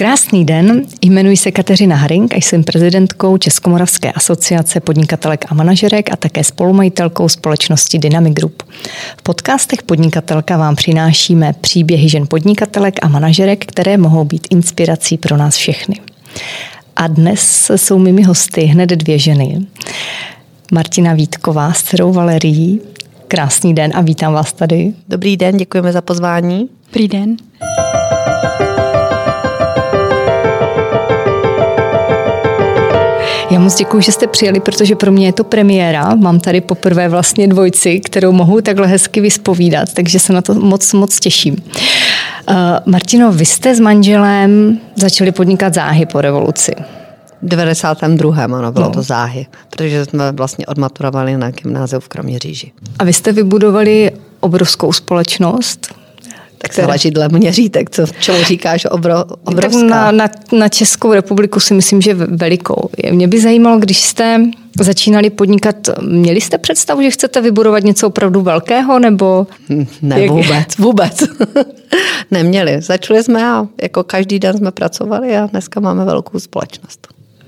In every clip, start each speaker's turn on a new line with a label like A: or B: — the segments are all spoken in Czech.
A: Krásný den, jmenuji se Kateřina Haring a jsem prezidentkou Českomoravské asociace podnikatelek a manažerek a také spolumajitelkou společnosti Dynamic Group. V podcastech Podnikatelka vám přinášíme příběhy žen podnikatelek a manažerek, které mohou být inspirací pro nás všechny. A dnes jsou mými hosty hned dvě ženy. Martina Vítková s dcerou Valerií. Krásný den a vítám vás tady.
B: Dobrý den, děkujeme za pozvání.
C: Dobrý den.
A: Já moc děkuji, že jste přijeli, protože pro mě je to premiéra. Mám tady poprvé vlastně dvojici, kterou mohu takhle hezky vyspovídat, takže se na to moc těším. Martino, vy jste s manželem začali podnikat záhy po revoluci.
B: V 92. ano, bylo to záhy, protože jsme vlastně odmaturovali na gymnáziu v Kroměříži.
A: A vy jste vybudovali obrovskou společnost?
B: Tak se záleží dle měřítek, čemu říkáš obrovská?
A: Na Českou republiku si myslím, že velikou. Mě by zajímalo, když jste začínali podnikat, měli jste představu, že chcete vybudovat něco opravdu velkého, nebo?
B: Ne, vůbec. Neměli. Začali jsme a jako každý den jsme pracovali a dneska máme velkou společnost.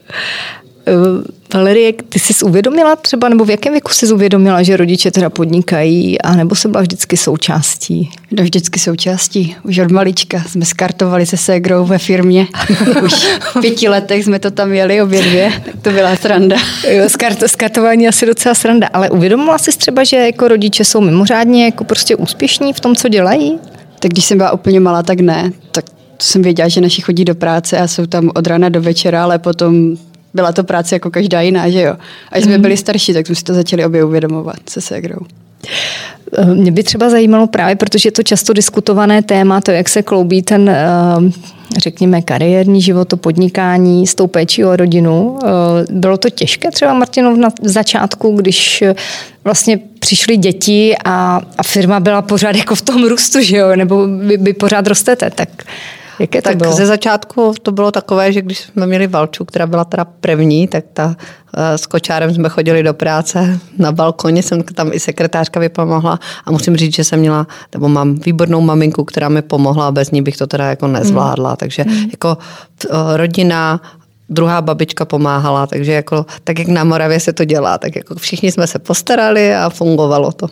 A: Valerie, ty jsi uvědomila třeba, nebo v jakém věku jsi uvědomila, že rodiče teda podnikají, a nebo se byla vždycky součástí?
C: No, vždycky součástí. Už od malička jsme skartovali se ségrou ve firmě. Už v 5 letech jsme to tam jeli obě dvě, tak to byla sranda.
A: Jo, skartování asi docela sranda, ale uvědomila jsi třeba, že jako rodiče jsou mimořádně jako prostě úspěšní v tom, co dělají?
C: Tak když jsem byla úplně malá, tak ne. Tak jsem věděla, že naši chodí do práce a jsou tam od rána do večera, ale potom byla to práce jako každá jiná, že jo. Až jsme byli starší, tak jsme si to začali obě uvědomovat se ségrou.
A: Mě by třeba zajímalo právě, protože je to často diskutované téma, to, jak se kloubí ten, řekněme, kariérní život, to podnikání s tou péčí o rodinu. Bylo to těžké třeba, Martino, na začátku, když vlastně přišly děti a firma byla pořád jako v tom růstu, že jo, nebo vy pořád rostete, tak jaké to bylo?
B: Ze začátku to bylo takové, že když jsme měli Valču, která byla teda první, tak s kočárem jsme chodili do práce na balkoně, jsem tam i sekretářka vypomohla a musím říct, že jsem měla, nebo mám výbornou maminku, která mi pomohla a bez ní bych to teda jako nezvládla, takže jako rodina, druhá babička pomáhala, takže jako, tak jak na Moravě se to dělá, tak jako všichni jsme se postarali a fungovalo to.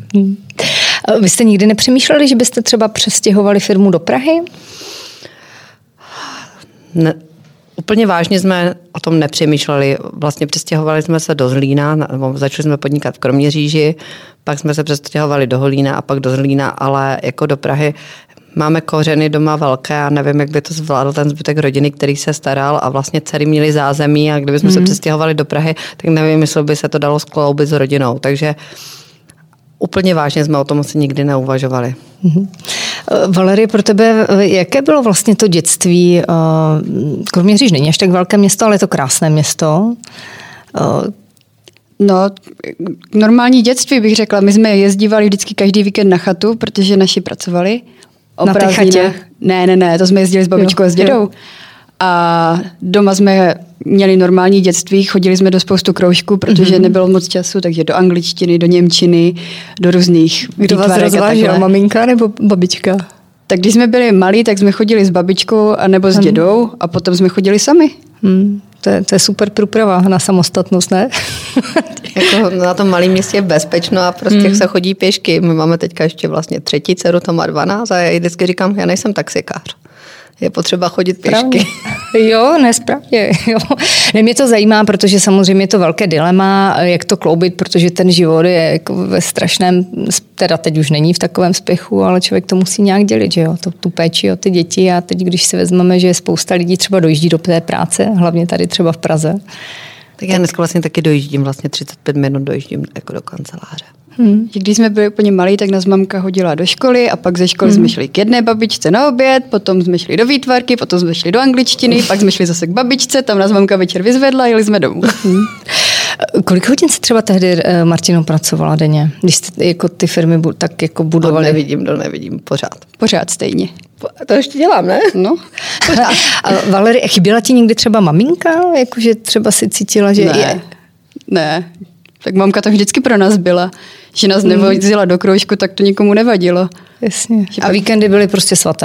A: Vy jste nikdy nepřemýšleli, že byste třeba přestěhovali firmu do Prahy?
B: Ne, úplně vážně jsme o tom nepřemýšleli. Vlastně přestěhovali jsme se do Zlína, nebo začali jsme podnikat v Kroměříži, pak jsme se přestěhovali do Holína a pak do Zlína, ale jako do Prahy máme kořeny doma velké a nevím, jak by to zvládl ten zbytek rodiny, který se staral a vlastně dcery měly zázemí a kdybychom se přestěhovali do Prahy, tak nevím, jestli by se to dalo skloubit s rodinou. Takže úplně vážně jsme o tom asi nikdy neuvažovali.
A: Valerie, pro tebe, jaké bylo vlastně to dětství? Kroměříž není až tak velké město, ale je to krásné město.
C: No, normální dětství bych řekla. My jsme jezdívali vždycky každý víkend na chatu, protože naši pracovali.
A: Na té chatě?
C: Ne, to jsme jezdili s babičkou a s dědou. A doma jsme měli normální dětství, chodili jsme do spoustu kroužků, protože nebylo moc času, takže do angličtiny, do němčiny, do různých
A: Kdo vás rozvážel, maminka nebo babička?
C: Tak když jsme byli malí, tak jsme chodili s babičkou anebo s dědou a potom jsme chodili sami.
A: To je super průprava na samostatnost, ne?
B: Jako na tom malém městě je bezpečno a prostě se chodí pěšky. My máme teďka ještě vlastně 3. dceru, to má 12 a já jí vždycky říkám, já nejsem taxikář. Je potřeba chodit pěšky.
A: Jo, nesprávně. Jo. Mě to zajímá, protože samozřejmě je to velké dilema, jak to kloubit, protože ten život je jako ve strašném, teda teď už není v takovém spěchu, ale člověk to musí nějak dělit, že jo, tu péči o ty děti a teď, když si vezmeme, že spousta lidí třeba dojíždí do té práce, hlavně tady třeba v Praze.
B: Tak já dneska vlastně taky dojíždím, vlastně 35 minut dojíždím jako do kanceláře.
C: Když jsme byli úplně malí, tak nás mamka hodila do školy a pak ze školy jsme šli k jedné babičce na oběd, potom jsme šli do výtvarky, potom jsme šli do angličtiny, pak jsme šli zase k babičce, tam nás mamka večer vyzvedla a jeli jsme domů.
A: Kolik hodin jsi třeba tehdy, Martino, pracovala denně, když jste jako ty firmy tak jako budovaly?
B: Nevidím, pořád.
C: Pořád stejně.
B: To ještě dělám, ne?
C: No.
A: A Valerie, chyběla ti někdy třeba maminka? Jakože třeba si cítila, že
C: Ne. Tak mamka to vždycky pro nás byla. Že nás nevozila do kroužku, tak to nikomu nevadilo.
A: Jasně. A víkendy byly prostě svaté.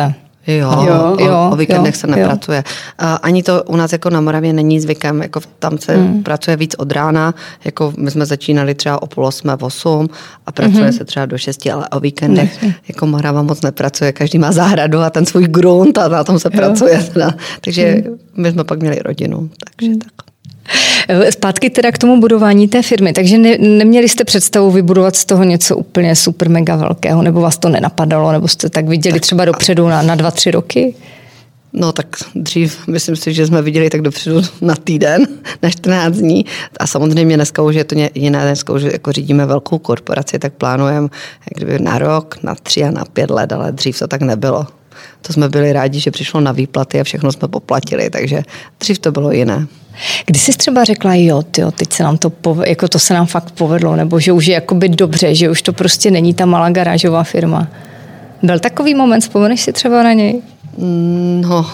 B: O víkendech se nepracuje. Ani to u nás jako na Moravě není zvykem, jako tam se pracuje víc od rána, jako my jsme začínali třeba o 7:30, 8 a pracuje se třeba do 6, ale o víkendech jako Morava moc nepracuje, každý má zahradu a ten svůj grunt a na tom se pracuje. Takže my jsme pak měli rodinu, takže tak.
A: Zpátky teda k tomu budování té firmy, takže neměli jste představu vybudovat z toho něco úplně super mega velkého, nebo vás to nenapadalo, nebo jste tak viděli třeba dopředu na 2-3 roky?
B: No tak dřív, myslím si, že jsme viděli tak dopředu na týden, na 14 dní. A samozřejmě dneska už je to jiné, dneska už jako řídíme velkou korporaci, tak plánujeme kdyby na rok, na 3 a na 5 let, ale dřív to tak nebylo. To jsme byli rádi, že přišlo na výplaty a všechno jsme poplatili, takže dřív to bylo jiné.
A: Když jsi třeba řekla, teď se nám to jako to se nám fakt povedlo, nebo že už je jakoby dobře, že už to prostě není ta malá garážová firma. Byl takový moment, vzpomeneš si třeba na něj?
B: No,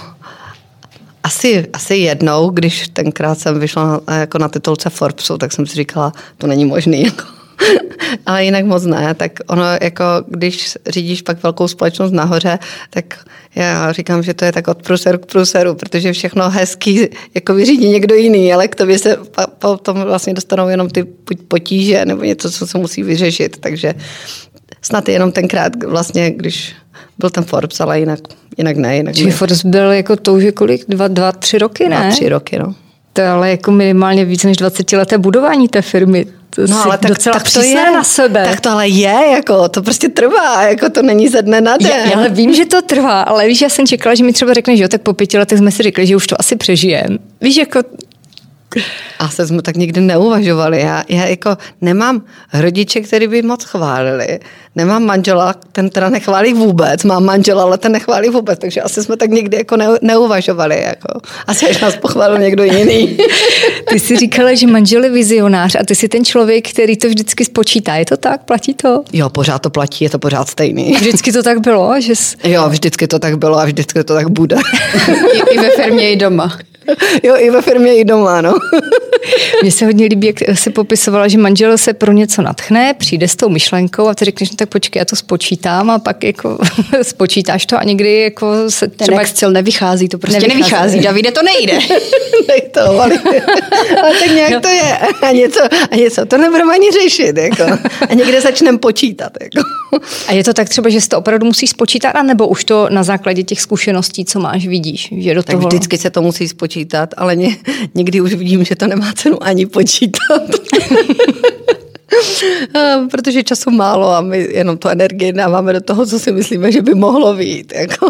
B: asi jednou, když tenkrát jsem vyšla jako na titulce Forbesu, tak jsem si říkala, to není možný, jako. Ale jinak moc ne, tak ono jako, když řídíš pak velkou společnost nahoře, tak já říkám, že to je tak od průseru k průseru, protože všechno hezký jako vyřídí někdo jiný, ale k tobě se potom vlastně dostanou jenom ty potíže nebo něco, co se musí vyřešit, takže snad jenom tenkrát vlastně, když byl ten Forbes, ale jinak ne.
A: Čiže Forbes byl jako to už je kolik? 2-3 roky, ne?
B: 2-3 roky, no.
A: To je ale jako minimálně víc než 20leté budování té firmy.
B: No ale tak to je
A: na sebe.
B: Tak to ale je, jako to prostě trvá, jako to není ze dne na den.
A: Já ale vím, že to trvá, ale víš, já jsem čekala, že mi třeba řekneš, že tak po 5 letech jsme si řekli, že už to asi přežijeme. Víš, jako...
B: A se jsme tak nikdy neuvažovali. Já jako nemám rodiče, který by moc chválili. Nemám manžela, ten teda nechválí vůbec. Mám manžela, ale ten nechválí vůbec. Takže asi jsme tak nikdy jako neuvažovali. Jako. Asi až nás pochválil někdo jiný.
A: Ty jsi říkala, že manžel je vizionář a ty jsi ten člověk, který to vždycky spočítá. Je to tak? Platí to?
B: Jo, pořád to platí, je to pořád stejný.
A: Vždycky to tak bylo? Že
B: Jo, vždycky to tak bylo a vždycky to tak bude.
C: I ve firmě, i doma.
B: Jo, i ve firmě, i doma, no.
A: Mně se hodně líbí, jak si popisovala, že manžel se pro něco natchne, přijde s tou myšlenkou a ty řekneš, no tak počkej, já to spočítám a pak jako spočítáš to a někdy jako se
C: ten třeba... Excel nevychází, to prostě nevychází. Davide, to nejde.
B: Nech to, ale tak nějak to je. A něco to nebudeme ani řešit. Jako. A někde začneme počítat. Jako.
A: A je to tak třeba, že si to opravdu musíš spočítat, anebo už to na základě těch zkušeností, co máš, vidíš? Že do
B: tak
A: toho...
B: vždycky se to musí spočítat, ale někdy už vidím, že to nemá cenu ani počítat. Protože času málo a my jenom tu energii dáváme do toho, co si myslíme, že by mohlo být. Jako.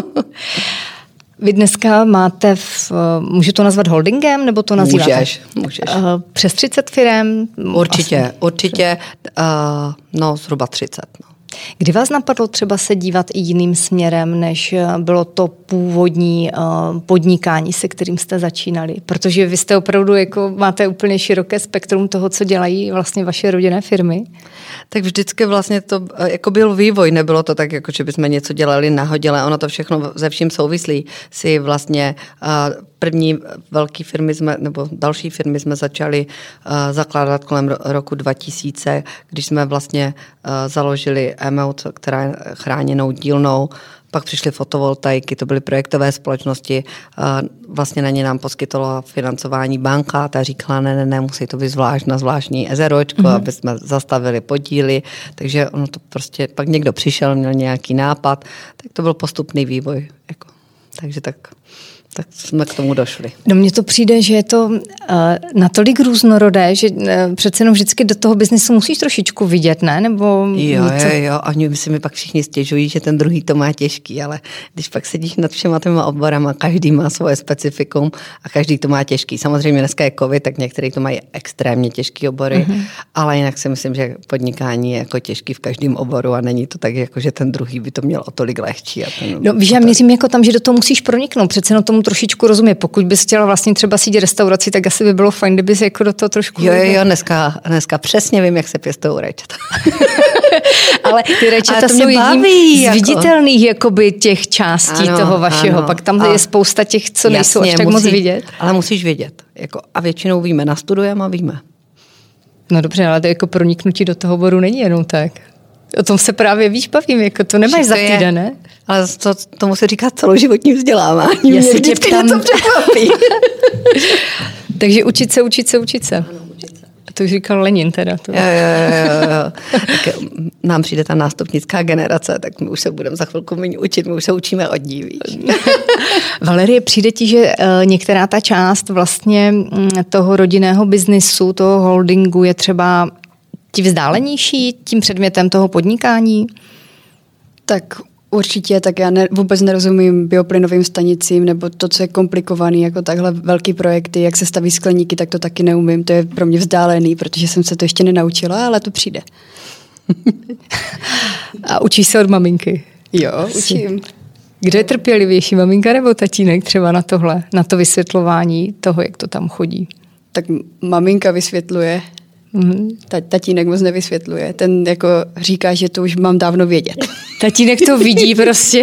A: Vy dneska máte, můžu to nazvat holdingem, nebo to nazýváte?
B: Můžeš.
A: Přes 30 firem?
B: Určitě, no zhruba 30. No.
A: Kdy vás napadlo třeba se dívat i jiným směrem, než bylo to původní podnikání, se kterým jste začínali? Protože vy jste opravdu jako máte úplně široké spektrum toho, co dělají vlastně vaše rodinné firmy.
B: Tak vždycky vlastně to jako byl vývoj, nebylo to tak, jako že bychom něco dělali nahodile, ono to všechno ze vším souvislí. Si vlastně první velké firmy nebo další firmy jsme začali zakládat kolem roku 2000, když jsme vlastně založili Emeut, která je chráněnou dílnou. Pak přišly fotovoltaiky, to byly projektové společnosti, vlastně na ně nám poskytovala financování banka, ta říkala, ne, musí to být zvlášť na zvláštní ezeročko, aby jsme zastavili podíly, takže ono to prostě, pak někdo přišel, měl nějaký nápad, tak to byl postupný vývoj, jako. Takže tak jsme k tomu došli.
A: No mně to přijde, že je to natolik různorodé, že přece jenom vždycky do toho biznesu musíš trošičku vidět, ne? Nebo
B: jo, a oni si mi pak všichni stěžují, že ten druhý to má těžký, ale když pak sedíš nad všema těma oborama, každý má svoje specifikum a každý to má těžký. Samozřejmě dneska je covid, tak některý to mají extrémně těžký obory, ale jinak si myslím, že podnikání je jako těžký v každém oboru a není to tak, jako že ten druhý by to měl o tolik lehčí. A
A: no víš, já měřím jako tam, že do toho musíš proniknout, přece no tomu trošičku rozumě. Pokud bys chtěla vlastně třeba síť restauraci, tak asi by bylo fajn, kdybys jako do toho trošku...
B: Jo, dneska přesně vím, jak se pěstují rajčata.
A: Ale ty rajčata jsou jedním z viditelných jakoby těch částí toho vašeho. Pak tam je spousta těch, co nejsou až tak moc vidět.
B: Ale musíš vědět. Jako, a většinou víme, nastudujeme a víme.
A: No dobře, ale to jako proniknutí do toho oboru není jenom tak. O tom se právě víš bavím, jako to nemáš za týden, ne?
B: Ale tomu se říká celoživotní vzdělávání.
A: Já
B: Mě
A: si tě
B: vždycky
A: ptám.
B: něco překvapí.
A: Takže učit se. To už říkal Lenin teda. To.
B: Jo. Tak nám přijde ta nástupnická generace, tak my už se budeme za chvilku méně učit, my už se učíme od ní, víš.
A: Valerie, přijde ti, že některá ta část vlastně toho rodinného biznisu, toho holdingu je třeba ti vzdálenější tím předmětem toho podnikání?
C: Tak určitě, tak já vůbec nerozumím bioplynovým stanicím nebo to, co je komplikovaný, jako takhle velký projekty, jak se staví skleníky, tak to taky neumím. To je pro mě vzdálený, protože jsem se to ještě nenaučila, ale to přijde.
A: A učíš se od maminky?
C: Jo, učím.
A: Kdo je trpělivější, maminka nebo tatínek třeba na tohle, na to vysvětlování toho, jak to tam chodí?
C: Tak maminka vysvětluje, tatínek moc nevysvětluje. Ten jako říká, že to už mám dávno vědět.
A: Tatínek to vidí prostě.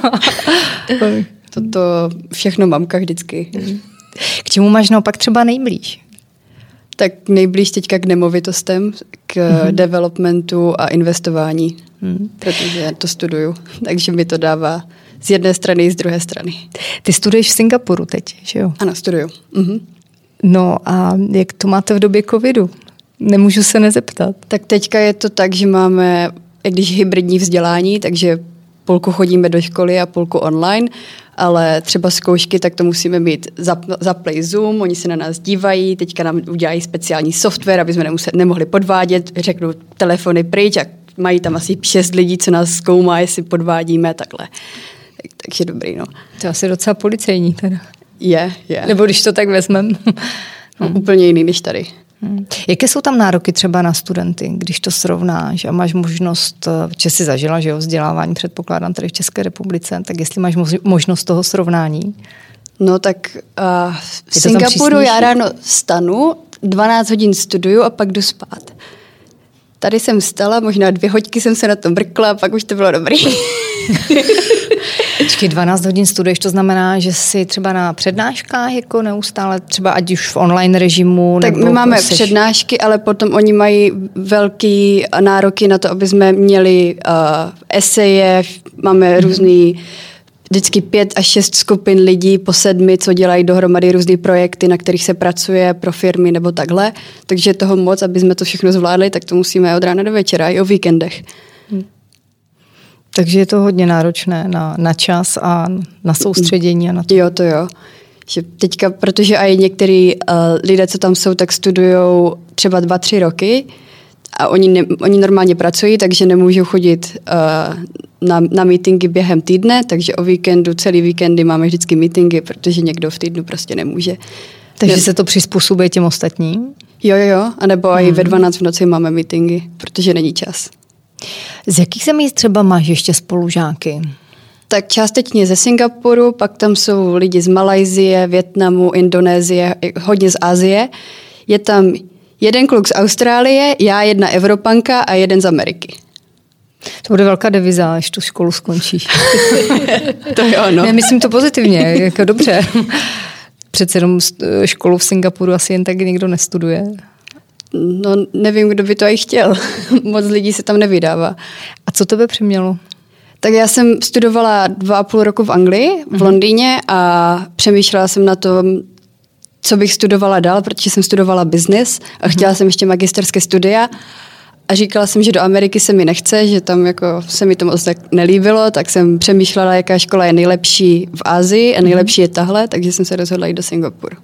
C: Toto všechno mamka vždycky.
A: K čemu máš naopak třeba nejblíž?
C: Tak nejblíž teďka k nemovitostem, k developmentu a investování, protože to studuju, takže mi to dává z jedné strany i z druhé strany.
A: Ty studuješ v Singapuru teď, že jo?
C: Ano, studuju.
A: No a jak to máte v době covidu? Nemůžu se nezeptat.
C: Tak teďka je to tak, že máme, když hybridní vzdělání, takže půlku chodíme do školy a půlku online, ale třeba zkoušky, tak to musíme mít zaplay Zoom, oni se na nás dívají, teďka nám udělají speciální software, aby jsme nemohli podvádět, řeknu telefony pryč a mají tam asi 6 lidí, co nás zkoumá, jestli podvádíme takhle. Takže dobrý, no.
A: To je asi docela policejní teda.
C: Je.
A: Nebo když to tak vezmem.
C: Úplně jiný než tady.
A: Jaké jsou tam nároky třeba na studenty, když to srovnáš a máš možnost, že jsi zažila, že jo, vzdělávání předpokládám tady v České republice, tak jestli máš možnost toho srovnání?
C: No tak v Singapuru já ráno vstanu, 12 hodin studuju a pak jdu spát. Tady jsem vstala, možná 2 hodiny jsem se na to mrkla a pak už to bylo dobrý.
A: Počkej, 12 hodin studuješ, to znamená, že jsi třeba na přednáškách jako neustále, třeba ať už v online režimu?
C: Tak my máme přednášky, ale potom oni mají velký nároky na to, aby jsme měli eseje, máme různý, vždycky 5 až 6 skupin lidí po 7, co dělají dohromady různý projekty, na kterých se pracuje pro firmy nebo takhle. Takže toho moc, aby jsme to všechno zvládli, tak to musíme od rána do večera i o víkendech.
A: Takže je to hodně náročné na čas a na soustředění. A na to.
C: Jo, to jo. Že teďka, protože i některý lidé, co tam jsou, tak studujou třeba 2-3 roky a oni normálně pracují, takže nemůžou chodit na meetingy během týdne, takže o víkendu, celý víkendy máme vždycky meetingy, protože někdo v týdnu prostě nemůže.
A: Takže se to přizpůsobuje těm ostatním?
C: Jo, anebo i ve 12 v noci máme meetingy, protože není čas.
A: Z jakých zemí třeba máš ještě spolužáky?
C: Tak částečně ze Singapuru, pak tam jsou lidi z Malajsie, Vietnamu, Indonésie, hodně z Asie. Je tam jeden kluk z Austrálie, já jedna Evropanka a jeden z Ameriky.
A: To bude velká deviza, až tu školu skončíš.
C: To jo, no.
A: Ne, myslím to pozitivně, jako dobře. Přece jenom školu v Singapuru asi jen tak nikdo nestuduje.
C: No, nevím, kdo by to i chtěl. Moc lidí se tam nevydává.
A: A co tebe přimělo?
C: Tak já jsem studovala 2,5 roku v Anglii, v Londýně a přemýšlela jsem na tom, co bych studovala dál, protože jsem studovala business a chtěla jsem ještě magisterské studia a říkala jsem, že do Ameriky se mi nechce, že tam jako se mi to moc tak nelíbilo, tak jsem přemýšlela, jaká škola je nejlepší v Asii a nejlepší je tahle, takže jsem se rozhodla jít do Singapuru.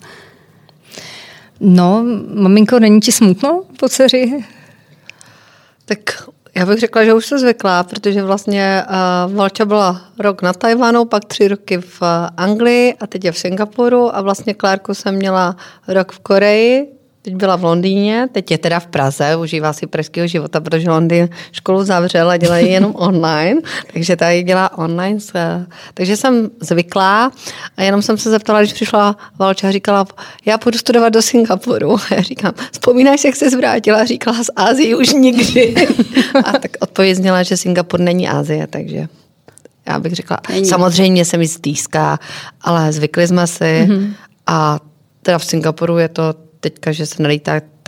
A: No, maminko, není ti smutno po dceři?
B: Tak já bych řekla, že už se zvykla, protože vlastně Valča byla rok na Tajvanu, pak 3 roky v Anglii a teď je v Singapuru a vlastně Klárku jsem měla rok v Koreji, teď byla v Londýně, teď je teda v Praze, užívá si pražského života, protože Londýn školu zavřel a dělají jenom online, takže tady dělá online. Takže jsem zvyklá a jenom jsem se zeptala, když přišla Valča a říkala, já půjdu studovat do Singapuru. A já říkám, vzpomínáš, jak se zvrátila? Říkala, z Asii už nikdy. A tak odpověď zněla, že Singapur není Asie, takže já bych řekla, samozřejmě se mi stýská, ale zvykli jsme si a teda v Singapuru je to teďka, že se nelítá tak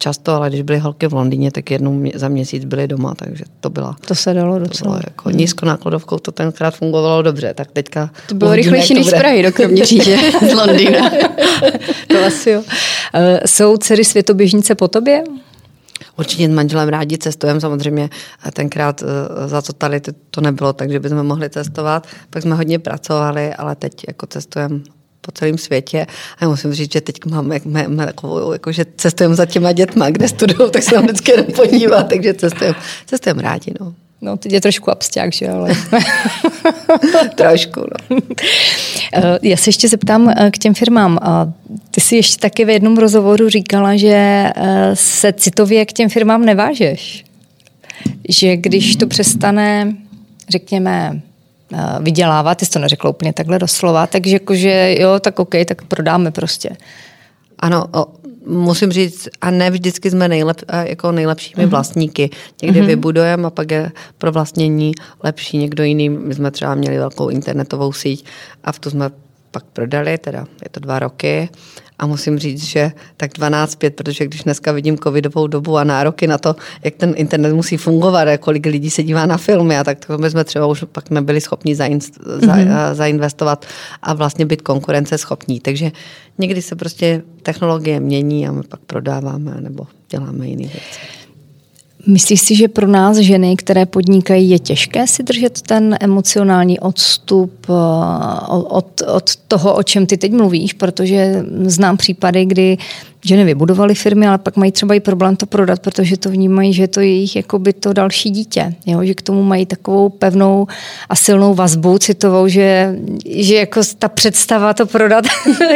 B: často, ale když byly holky v Londýně, tak jednou za měsíc byly doma, takže
A: To se dalo docela.
B: To bylo jako nízkonákladovkou, to tenkrát fungovalo dobře, tak teďka...
C: To bylo rychlejší než z Prahy do Kroměříže z Londýna.
A: To asi jo. Jsou dcery světoběžnice po tobě?
B: Určitě s manželem rádi cestujeme, samozřejmě tenkrát za totality to nebylo, takže bychom mohli cestovat, pak jsme hodně pracovali, ale teď jako cestujeme po celém světě a musím říct, že teď máme takovou, jako, že cestujeme za těma dětma, kde studují, tak se nám vždycky jenom podívat, takže cestujeme rádi.
A: No, teď je trošku absťák, že ale...
B: Trošku, no.
A: Já se ještě zeptám k těm firmám. Ty jsi ještě taky v jednom rozhovoru říkala, že se citově k těm firmám nevážeš. Že když to přestane, řekněme, vydělávat, ty jsi to neřekla úplně takhle doslova, takže jakože jo, tak OK, tak prodáme prostě.
B: Ano, musím říct, a ne vždycky jsme nejlepšími vlastníky. Někdy vybudujeme a pak je pro vlastnění lepší někdo jiný. My jsme třeba měli velkou internetovou síť a v tu jsme pak prodali, teda je to 2 roky a musím říct, že tak 12-5, protože když dneska vidím covidovou dobu a nároky na to, jak ten internet musí fungovat a kolik lidí se dívá na filmy a tak to my jsme třeba už pak nebyli schopni zainvestovat a vlastně být konkurenceschopní. Takže někdy se prostě technologie mění a my pak prodáváme nebo děláme jiné věci.
A: Myslíš si, že pro nás ženy, které podnikají, je těžké si držet ten emocionální odstup od toho, o čem ty teď mluvíš, protože znám případy, kdy ženy vybudovaly firmy, ale pak mají třeba i problém to prodat, protože to vnímají, že to je jejich jakoby to další dítě, jo? Že k tomu mají takovou pevnou a silnou vazbu citovou, že jako ta představa to prodat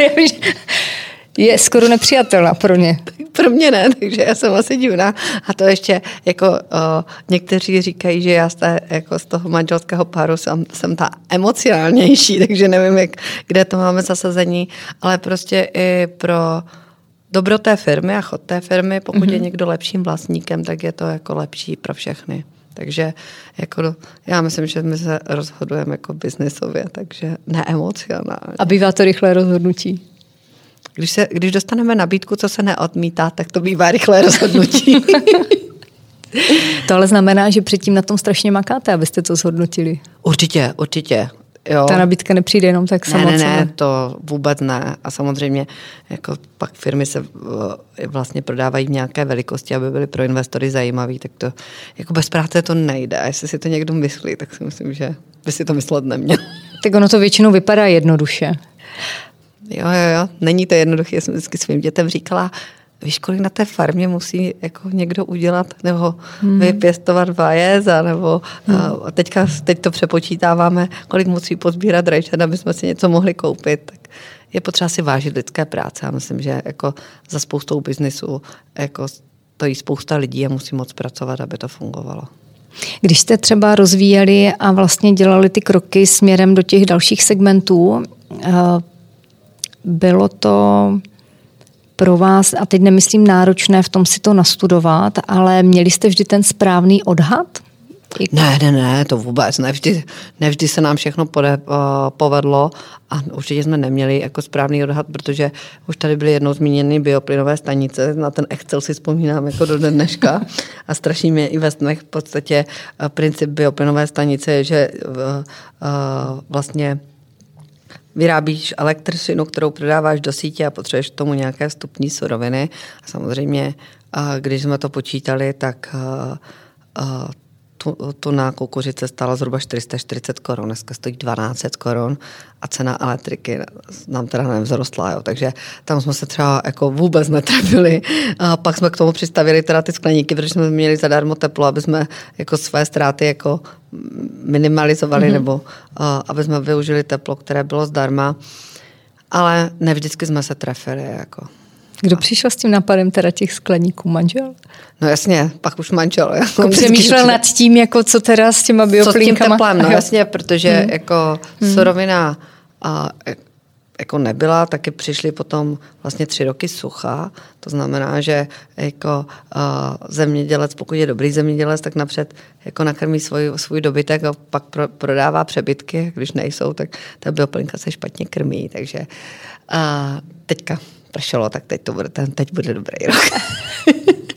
A: je skoro nepřijatelná pro ně.
B: Pro mě ne, takže já jsem asi divná. A to ještě jako někteří říkají, že já z toho manželského páru jsem ta emocionálnější, takže nevím, kde to máme zasazení, ale prostě i pro dobro té firmy a chod té firmy, pokud je někdo lepším vlastníkem, tak je to jako lepší pro všechny. Takže jako, já myslím, že my se rozhodujeme jako biznisově, takže neemocionálně.
A: A bývá to rychlé rozhodnutí?
B: Když dostaneme nabídku, co se neodmítá, tak to bývá rychlé rozhodnutí.
A: To ale znamená, že předtím na tom strašně makáte, abyste to zhodnotili.
B: Určitě. Jo.
A: Ta nabídka nepřijde jenom tak sama.
B: Ne, to vůbec ne. A samozřejmě jako pak firmy se vlastně prodávají v nějaké velikosti, aby byly pro investory zajímavý, tak to jako bez práce to nejde. A jestli si to někdo myslí, tak si myslím, že by si to myslet neměl.
A: Tak ono to většinou vypadá jednoduše.
B: Jo, není to jednoduché. Já jsem vždycky svým dětem říkala, víš, kolik na té farmě musí jako někdo udělat, nebo vypěstovat vajec, nebo teď to přepočítáváme, kolik musí pozbírat rajčat, aby jsme si něco mohli koupit. Tak je potřeba si vážit lidské práce. Já myslím, že jako za spoustou biznisu jako stojí spousta lidí a musí moc pracovat, aby to fungovalo.
A: Když jste třeba rozvíjeli a vlastně dělali ty kroky směrem do těch dalších segmentů, bylo to pro vás, a teď nemyslím náročné v tom si to nastudovat, ale měli jste vždy ten správný odhad?
B: Ne, to vůbec. Nevždy se nám všechno povedlo a určitě jsme neměli jako správný odhad, protože už tady byly jednou zmíněny bioplynové stanice, na ten Excel si vzpomínám jako do dneška a strašně mě i ve snech v podstatě princip bioplynové stanice je, že vlastně vyrábíš elektřinu, kterou prodáváš do sítě a potřebuješ k tomu nějaké vstupní suroviny. A samozřejmě, když jsme to počítali, tak tuna kukuřice stála zhruba 440 korun, dneska stojí 1200 korun a cena elektriky nám teda nevzrostla, jo. Takže tam jsme se třeba jako vůbec netrefili. A pak jsme k tomu přistavili teda ty skleníky, protože jsme měli zadarmo teplo, aby jsme jako své ztráty jako minimalizovali, nebo aby jsme využili teplo, které bylo zdarma. Ale ne vždycky jsme se trefili. Jako.
A: Kdo přišel s tím nápadem teda těch skleníků? Manžel?
B: No jasně, pak už manžel.
A: Jako přemýšlel nad tím, jako co teda s těma bioplynkama?
B: Co s tím teplem, no jasně, protože jako surovina jako nebyla, taky přišly potom vlastně 3 roky sucha. To znamená, že jako zemědělec, pokud je dobrý zemědělec, tak napřed jako nakrmí svůj dobytek a pak prodává přebytky. Když nejsou, tak ta bioplynka se špatně krmí. Takže teďka pršelo, tak teď bude dobrý rok.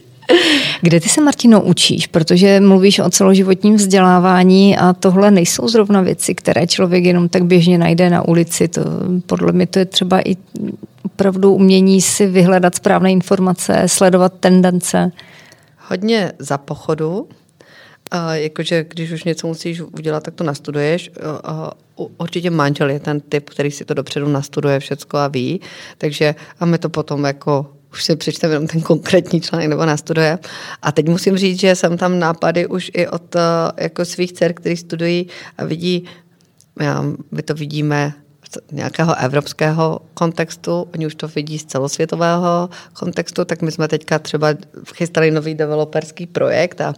A: Kde ty se, Martino, učíš? Protože mluvíš o celoživotním vzdělávání a tohle nejsou zrovna věci, které člověk jenom tak běžně najde na ulici. Podle mě to je třeba i opravdu umění si vyhledat správné informace, sledovat tendence.
B: Hodně za pochodu. Jakože když už něco musíš udělat, tak to nastuduješ. Určitě manžel je ten typ, který si to dopředu nastuduje všecko a ví. Takže a my to potom jako už si přečteme jenom ten konkrétní článek nebo nastuduje. A teď musím říct, že jsem tam nápady už i od jako svých dcer, kteří studují a vidí, my to vidíme z nějakého evropského kontextu, oni už to vidí z celosvětového kontextu, tak my jsme teďka třeba chystali nový developerský projekt a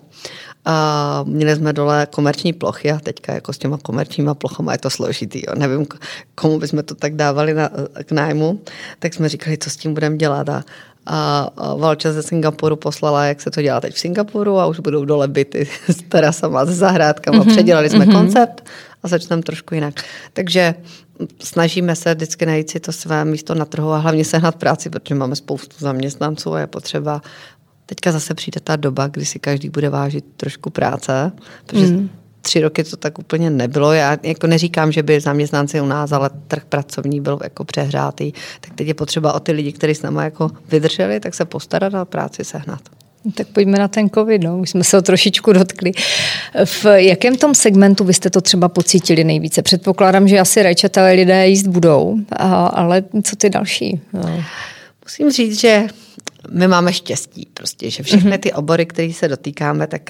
B: měli jsme dole komerční plochy a teďka jako s těma komerčníma plochama je to složitý. Jo. Nevím, komu bychom to tak dávali k nájmu, tak jsme říkali, co s tím budeme dělat a Valča ze Singapuru poslala, jak se to dělá teď v Singapuru a už budou dole byty s terasama, s zahrádkama. Předělali jsme koncept a začneme trošku jinak. Takže snažíme se vždycky najít si to své místo na trhu a hlavně sehnat práci, protože máme spoustu zaměstnanců a je potřeba. Teďka zase přijde ta doba, kdy si každý bude vážit trošku práce, protože 3 roky to tak úplně nebylo. Já jako neříkám, že by zaměstnanci u nás, ale trh pracovní byl jako přehrátý. Tak teď je potřeba o ty lidi, kteří s námi jako vydrželi, tak se postarat a práci sehnat.
A: Tak pojďme na ten covid, no. Už jsme se ho trošičku dotkli. V jakém tom segmentu vy jste to třeba pocítili nejvíce? Předpokládám, že asi rajčata lidé jíst budou, ale co ty další? No.
B: Musím říct, že my máme štěstí prostě, že všechny ty obory, které se dotýkáme, tak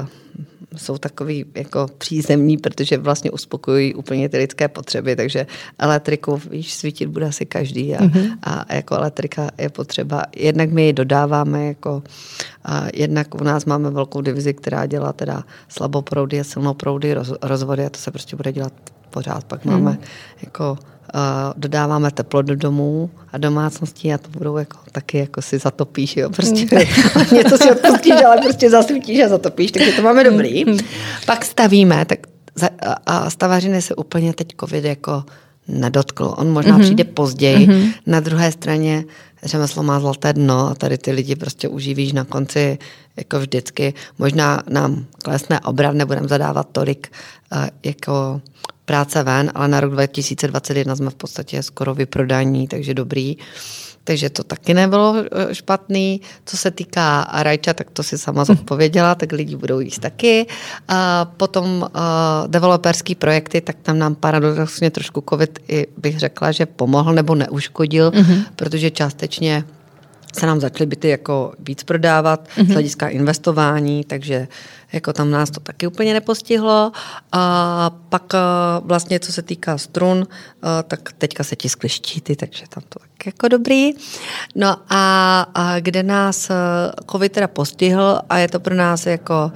B: jsou takový jako přízemní, protože vlastně uspokojují úplně ty lidské potřeby, takže elektriku, víš, svítit bude asi každý a jako elektrika je potřeba. Jednak my ji dodáváme, jako jednak u nás máme velkou divizi, která dělá teda slaboproudy a silnoproudy rozvody a to se prostě bude dělat pořád. Pak máme jako dodáváme teplo do domů a domácností a to budou jako taky jako si zatopíš, jo, prostě něco si odpustíš, ale prostě zasvítíš a zatopíš, takže to máme dobrý. Pak stavíme, tak a stavařiny se úplně teď covid jako nedotkl. On možná přijde později. Na druhé straně řemeslo má zlaté dno a tady ty lidi prostě uživíš na konci jako vždycky. Možná nám klesne obrat, nebudeme zadávat tolik jako práce ven, ale na rok 2021 jsme v podstatě skoro vyprodaní, takže dobrý. Takže to taky nebylo špatný. Co se týká rajča, tak to si sama zodpověděla, tak lidi budou jíst taky. A potom developerský projekty, tak tam nám paradoxně trošku covid, i bych řekla, že pomohl nebo neuškodil, protože částečně se nám začaly byty jako víc prodávat z hlediska investování, takže jako tam nás to taky úplně nepostihlo. A pak vlastně, co se týká strun, tak teďka se tiskly štíty, takže tam to tak jako dobrý. No a kde nás covid teda postihl a je to pro nás jako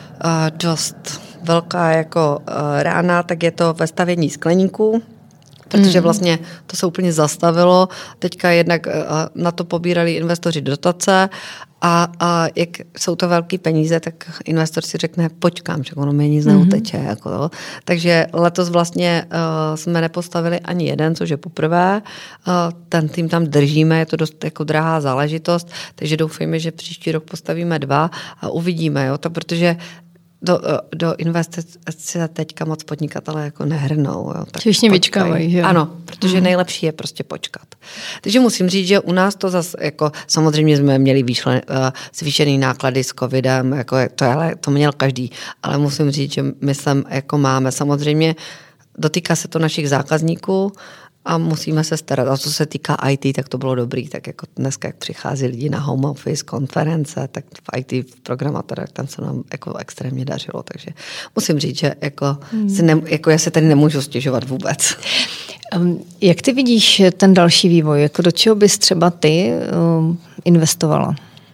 B: dost velká jako rána, tak je to ve stavění skleníků, protože vlastně to se úplně zastavilo. Teďka jednak na to pobírali investoři dotace a jak jsou to velké peníze, tak investor si řekne, počkám, že ono mě nic neuteče. Jako to. Takže letos vlastně jsme nepostavili ani jeden, což je poprvé. Ten tým tam držíme, je to dost jako drahá záležitost, takže doufejme, že příští rok postavíme 2 a uvidíme, jo, to protože do investice teďka moc podnikatelé jako nehrnou. Jo, tak
A: všichni vyčkávají, že?
B: Ano, protože nejlepší je prostě počkat. Takže musím říct, že u nás to zase, jako samozřejmě jsme měli zvýšený náklady s covidem, jako to měl každý, ale musím říct, že my sem jako máme. Samozřejmě dotýká se to našich zákazníků a musíme se starat. A co se týká IT, tak to bylo dobrý. Tak jako dneska, jak přichází lidi na home office, konference, tak v IT, v programátorech, tam se nám jako extrémně dařilo. Takže musím říct, že jako já se tady nemůžu stěžovat vůbec.
A: Jak ty vidíš ten další vývoj? Jako do čeho bys třeba ty investovala?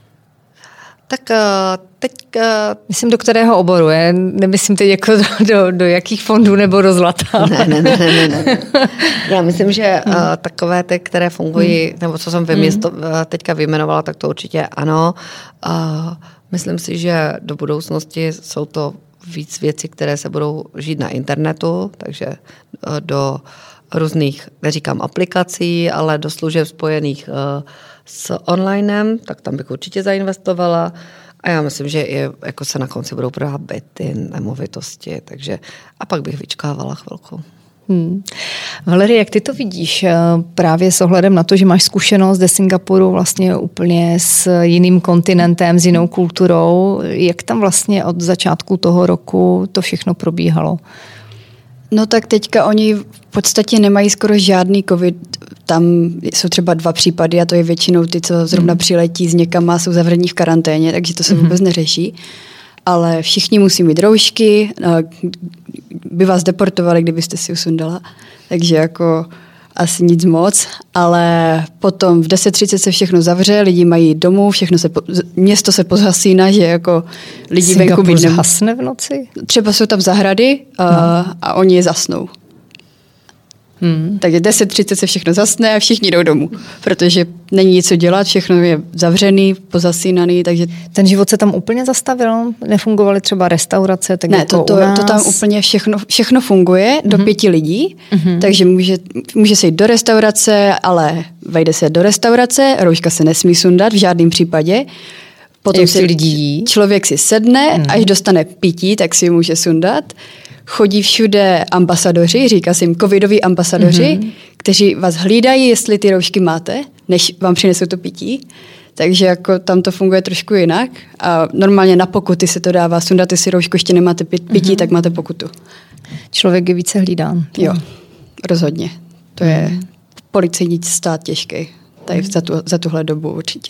B: Tak teď...
A: Myslím, do kterého oboru, je? Nemyslím teď jako do jakých fondů nebo do zlata.
B: Ne. Já myslím, že takové ty, které fungují, nebo co jsem teďka vyjmenovala, tak to určitě ano. Myslím si, že do budoucnosti jsou to víc věcí, které se budou žít na internetu, takže do různých, neříkám aplikací, ale do služeb spojených s onlinem, tak tam bych určitě zainvestovala. A já myslím, že i jako se na konci budou prodávat byty, nemovitosti, takže a pak bych vyčkávala chvilku.
A: Valerie, jak ty to vidíš právě s ohledem na to, že máš zkušenost ze Singapuru vlastně úplně s jiným kontinentem, s jinou kulturou, jak tam vlastně od začátku toho roku to všechno probíhalo?
C: No tak teďka oni v podstatě nemají skoro žádný covid. Tam jsou třeba 2 případy a to je většinou ty, co zrovna přiletí z někam a jsou zavření v karanténě, takže to se vůbec neřeší. Ale všichni musí mít roušky, by vás deportovali, kdybyste si usundala. Takže jako asi nic moc, ale potom v 10:30 se všechno zavře, lidi mají domů, město se pozhasíná, že jako lidi venku být
A: zhasne v noci?
C: Třeba jsou tam zahrady a oni je zasnou. Takže 10:30 se všechno zasne a všichni jdou domů, protože není nic co dělat, všechno je zavřený, pozasínaný, takže...
A: Ten život se tam úplně zastavil? Nefungovaly třeba restaurace? Tak
C: ne,
A: jako
C: to tam úplně všechno funguje do 5 lidí, takže může se jít do restaurace, ale vejde se do restaurace, rouška se nesmí sundat v žádném případě. Potom si člověk si sedne, až dostane pití, tak si může sundat. Chodí všude ambasadoři, říká se jim covidoví ambasadoři, kteří vás hlídají, jestli ty roušky máte, než vám přinesou to pití. Takže jako tam to funguje trošku jinak. A normálně na pokuty se to dává. Sundáte si roušku, ještě nemáte pití, tak máte pokutu.
A: Člověk je více hlídán.
C: Jo, rozhodně. To je policejní stát těžký. Tady za tuhle dobu určitě.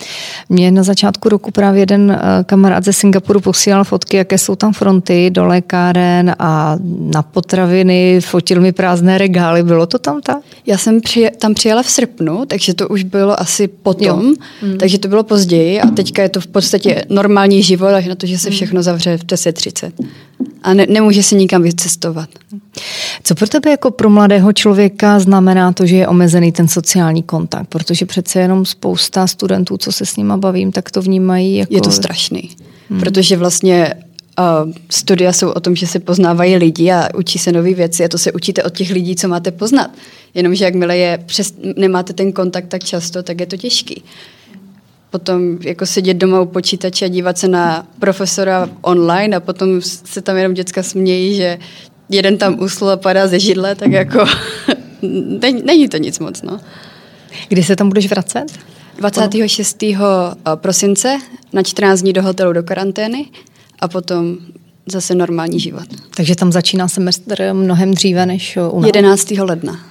A: Mě na začátku roku právě jeden kamarád ze Singapuru posílal fotky, jaké jsou tam fronty do lékáren a na potraviny, fotil mi prázdné regály. Bylo to tam tak?
C: Já jsem tam přijela v srpnu, takže to už bylo asi potom, takže to bylo později a teďka je to v podstatě normální život, až na to, že se všechno zavře v 10:30. A nemůže se nikam vycestovat.
A: Co pro tebe jako pro mladého člověka znamená to, že je omezený ten sociální kontakt? Protože přece jenom spousta studentů, co se s nima bavím, tak to vnímají jako...
C: Je to strašný, protože vlastně studia jsou o tom, že se poznávají lidi a učí se nové věci a to se učíte od těch lidí, co máte poznat. Jenomže jakmile nemáte ten kontakt tak často, tak je to těžký. Potom jako sedět doma u počítače a dívat se na profesora online a potom se tam jenom děcka smějí, že jeden tam usl a padá ze židle, tak jako není to nic moc, no.
A: Kdy se tam budeš vracet?
C: 26. prosince na 14 dní do hotelu do karantény a potom zase normální život.
A: Takže tam začíná semestr mnohem dříve než u nás?
C: 11. ledna.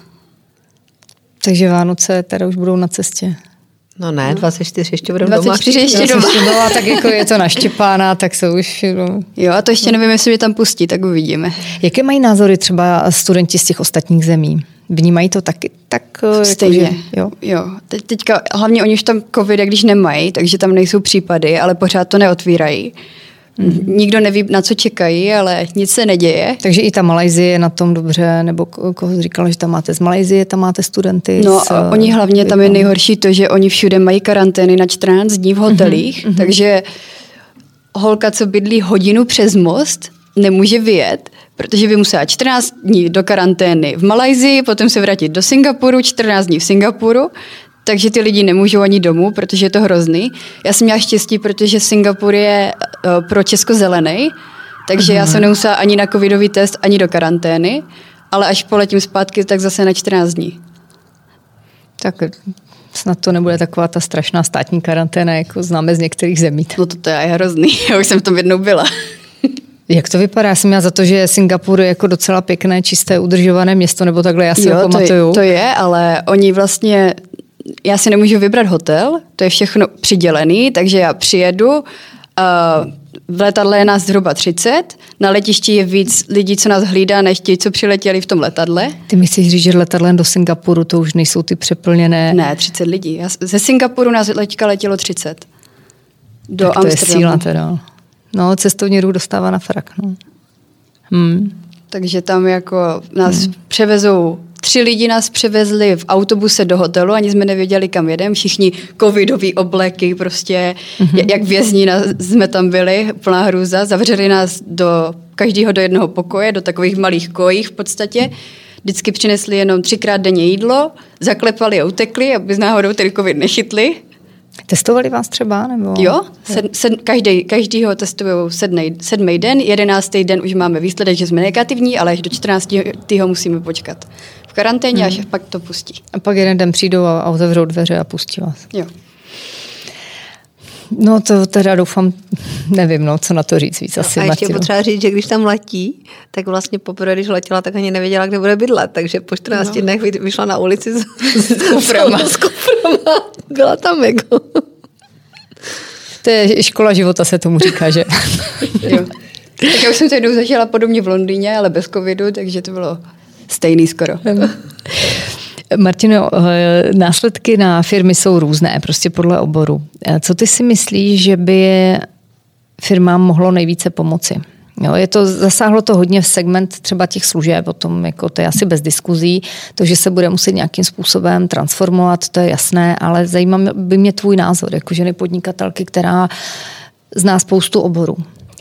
A: Takže Vánoce teda už budou na cestě.
B: No ne, 24 ještě budou doma.
C: 24 ještě doma.
A: Tak jako je to naštěpána, tak se už...
C: Jo, a to ještě nevím, jestli mě tam pustí, tak uvidíme.
A: Jaké mají názory třeba studenti z těch ostatních zemí? Vnímají to taky tak?
C: Stejně,
A: jako, že,
C: jo. Teďka, hlavně oni už tam covid, když nemají, takže tam nejsou případy, ale pořád to neotvírají. Nikdo neví, na co čekají, ale nic se neděje.
A: Takže i ta Malajsie je na tom dobře, nebo koho říkala, že tam máte z Malajsie, tam máte studenty.
C: No a oni hlavně, tam je nejhorší to, že oni všude mají karantény na 14 dní v hotelích, takže holka, co bydlí hodinu přes most, nemůže vyjet, protože by musela 14 dní do karantény v Malajsii, potom se vrátit do Singapuru, 14 dní v Singapuru, takže ty lidi nemůžou ani domů, protože je to hrozný. Já jsem měla štěstí, protože Singapur je pro Česko zelený, takže já jsem nemusela ani na covidový test, ani do karantény, ale až poletím zpátky, tak zase na 14 dní.
A: Tak snad to nebude taková ta strašná státní karanténa, jako známe z některých zemí.
C: No to je hrozný, já už jsem v tom jednou byla.
A: Jak to vypadá? Já jsem měla za to, že Singapur je jako docela pěkné, čisté, udržované město, nebo takhle, já si ho pamatuju.
C: To je, ale oni vlastně... Já si nemůžu vybrat hotel, to je všechno přidělený, takže já přijedu, v letadle je nás zhruba 30, na letišti je víc lidí, co nás hlídá, než ti, co přiletěli v tom letadle.
A: Ty mi chceš říct, že letadlem do Singapuru to už nejsou ty přeplněné...
C: Ne, 30 lidí. Ze Singapuru nás letělo 30. Do
A: tak to
C: Amsterdamu.
A: Je síla teda. No, cestovní ruch dostává na frak. No.
C: Takže tam jako nás převezou 3 lidi nás převezli v autobuse do hotelu, ani jsme nevěděli, kam jedeme. Všichni covidový obleky, prostě jak vězni jsme tam byli, plná hrůza. Zavřeli nás každého do jednoho pokoje, do takových malých kojí v podstatě. Vždycky přinesli jenom 3krát denně jídlo, zaklepali a utekli, aby z náhodou tedy covid nechytli.
A: Testovali vás třeba? Nebo?
C: Jo, každýho testují 7. den, 11. den už máme výsledek, že jsme negativní, ale až do 14. musíme počkat v karanténě, až pak to pustí.
A: A pak jeden den přijdou a otevřou dveře a pustí vás.
C: Jo.
A: No to teda doufám, nevím, co na to říct víc. Asi
B: a ještě
A: Martino.
B: potřeba říct, že když tam letí, tak vlastně poprvé, když letěla, tak ani nevěděla, kde bude bydlet, takže po 14 dnech vyšla na ulici s kuframa. Byla tam jako.
A: To je škola života, se tomu říká, že?
C: Jo. Tak já už jsem to jednou zažila podobně v Londýně, ale bez covidu, takže to bylo stejný skoro.
A: Martino, následky na firmy jsou různé, prostě podle oboru. Co ty si myslíš, že by firmám mohlo nejvíce pomoci? Jo, zasáhlo to hodně v segment třeba těch služeb, o tom, jako to je asi bez diskuzí, to, že se bude muset nějakým způsobem transformovat, to je jasné, ale zajímá by mě tvůj názor, jako ženy podnikatelky, která zná spoustu oborů.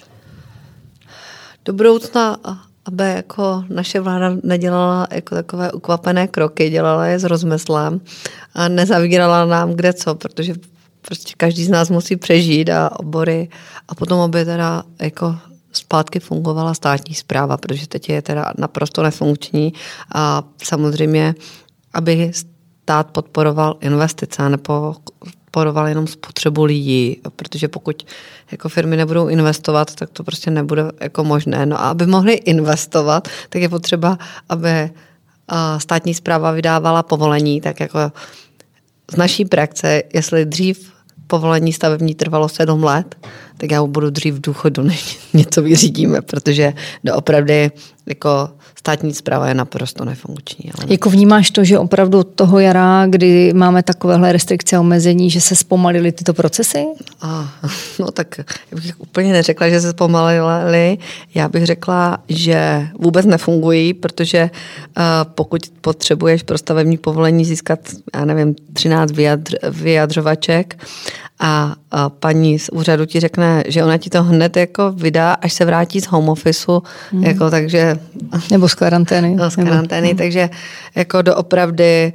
B: Do budoucna, aby jako naše vláda nedělala jako takové ukvapené kroky, dělala je s rozmyslem a nezavírala nám kde co, protože prostě každý z nás musí přežít a obory a potom aby teda jako zpátky fungovala státní správa, protože teď je teda naprosto nefunkční a samozřejmě, aby stát podporoval investice, nepodporoval jenom spotřebu lidí, protože pokud jako firmy nebudou investovat, tak to prostě nebude jako možné. No a aby mohly investovat, tak je potřeba, aby státní správa vydávala povolení, tak jako z naší praxe, jestli dřív povolení stavební trvalo 7 let, tak já budu dřív v důchodu, než něco vyřídíme, protože doopravdy jako státní správa je naprosto nefunkční. Ale
A: jako vnímáš to, že opravdu od toho jara, kdy máme takovéhle restrikce a omezení, že se zpomalily tyto procesy?
B: No tak já bych úplně neřekla, že se zpomalily. Já bych řekla, že vůbec nefungují, protože pokud potřebuješ pro stavební povolení získat, 13 vyjadřovaček a paní z úřadu ti řekne, že ona ti to hned jako vydá, až se vrátí z home officeu, jako takže...
A: Nebo z karantény.
B: No, z karantény, takže jako doopravdy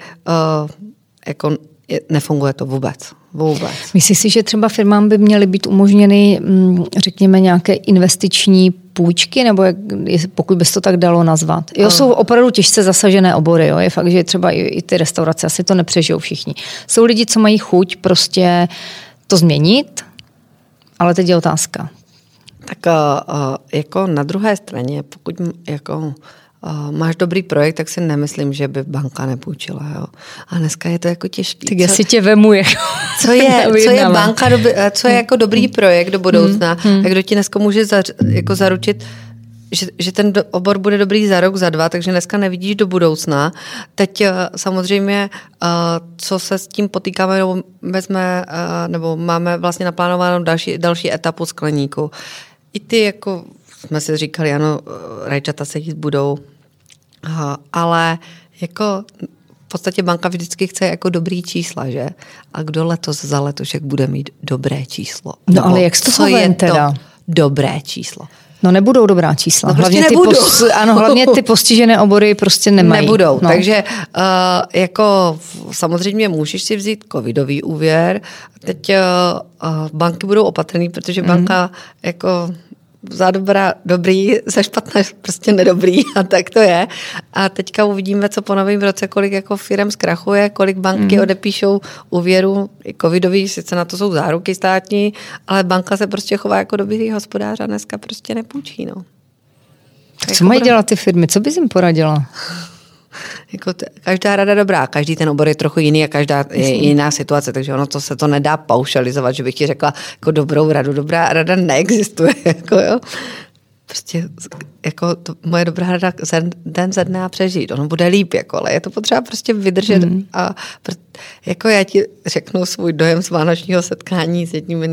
B: jako nefunguje to vůbec.
A: Myslíš si, že třeba firmám by měly být umožněny, řekněme, nějaké investiční půjčky, nebo pokud bys to tak dalo nazvat? Jo, jsou opravdu těžce zasažené obory, jo? Je fakt, že třeba i ty restaurace asi to nepřežijou všichni. Jsou lidi, co mají chuť prostě to změnit, ale teď je otázka.
B: Tak jako na druhé straně, pokud jako máš dobrý projekt, tak si nemyslím, že by banka nepůjčila. Jo. A dneska je to jako těžký.
A: Tak já si tě vemu. Jako
B: co je banka, co je jako dobrý projekt do budoucna, a kdo ti dneska může jako zaručit, že ten obor bude dobrý za rok, za 2, takže dneska nevidíš do budoucna. Teď samozřejmě, co se s tím potýkáme, nebo máme vlastně naplánovanou další etapu skleníku. I ty, jako jsme si říkali, ano, rajčata se jíst budou, ale jako v podstatě banka vždycky chce jako dobrý čísla, že? A kdo letos za letošek bude mít dobré číslo?
A: No ale jak to je teda?
B: Dobré číslo.
A: No nebudou dobrá čísla.
B: No prostě nebudou.
A: Hlavně ty postižené obory prostě nemají.
B: Nebudou, takže jako samozřejmě můžeš si vzít covidový úvěr. Teď banky budou opatrný, protože banka jako za dobrý, za špatné prostě nedobrý a tak to je. A teďka uvidíme, co po novém roce, kolik jako firem zkrachuje, kolik banky odepíšou úvěru covidový, sice na to jsou záruky státní, ale banka se prostě chová jako dobrý hospodář a dneska prostě nepůjčí. No.
A: Co mají dělat ty firmy? Co bys jim poradila?
B: Jako každá rada dobrá, každý ten obor je trochu jiný a každá je jiná situace, takže ono se to nedá paušalizovat, že bych ti řekla jako dobrou radu. Dobrá rada neexistuje. Jako, jo. Prostě jako moje dobrá rada den ze dne a přežít. Ono bude líp, jako, ale je to potřeba prostě vydržet a jako já ti řeknu svůj dojem z vánočního setkání s jedními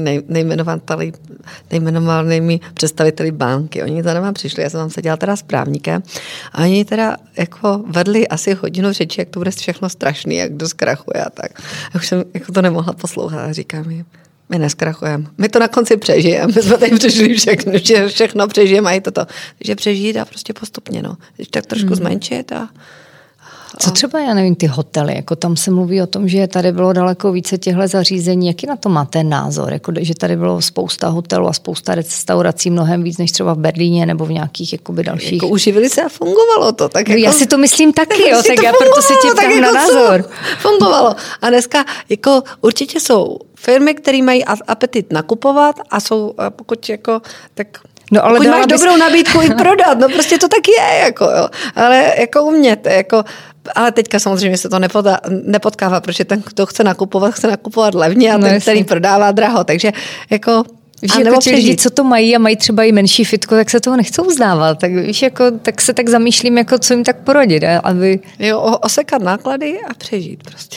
B: nejmenovanými představiteli banky. Oni za náma přišli, já jsem tam seděla teda s právníkem a oni teda jako vedli asi hodinu řeči, jak to bude všechno strašný, jak kdo zkrachuje a tak. Já už jsem jako to nemohla poslouchat a říkám jim, my neskrachujeme. My to na konci přežijeme. My jsme tady přežili všechno přežijeme a i toto. Takže přežít a prostě postupně. No. Tak trošku zmenšit
A: Co třeba, já nevím, ty hotely, jako tam se mluví o tom, že tady bylo daleko více těchto zařízení. Jaký na to máte názor? Jako, že tady bylo spousta hotelů a spousta restaurací, mnohem víc než třeba v Berlíně nebo v nějakých jakoby dalších.
B: Jako uživili se a fungovalo to. Tak jako,
A: já si to myslím taky, jo, tak já proto se tě ptám na názor.
B: Fungovalo. A dneska jako určitě jsou firmy, které mají apetit nakupovat a jsou, pokud jako, tak
A: no, ale
B: pokud máš dobrou nabídku i prodat, no prostě to tak je, jako jo. Ale jako umět, jako, ale teďka samozřejmě se to nepotkává, protože ten, kdo chce nakupovat levně a
A: no,
B: ten, který prodává draho, takže jako
A: víš, jako ti lidi, co to mají a mají třeba i menší fitko, tak se toho nechcou vzdávat. Tak víš, jako, tak se tak zamýšlím, jako co jim tak poradit, aby...
B: Jo, osekat náklady a přežít prostě.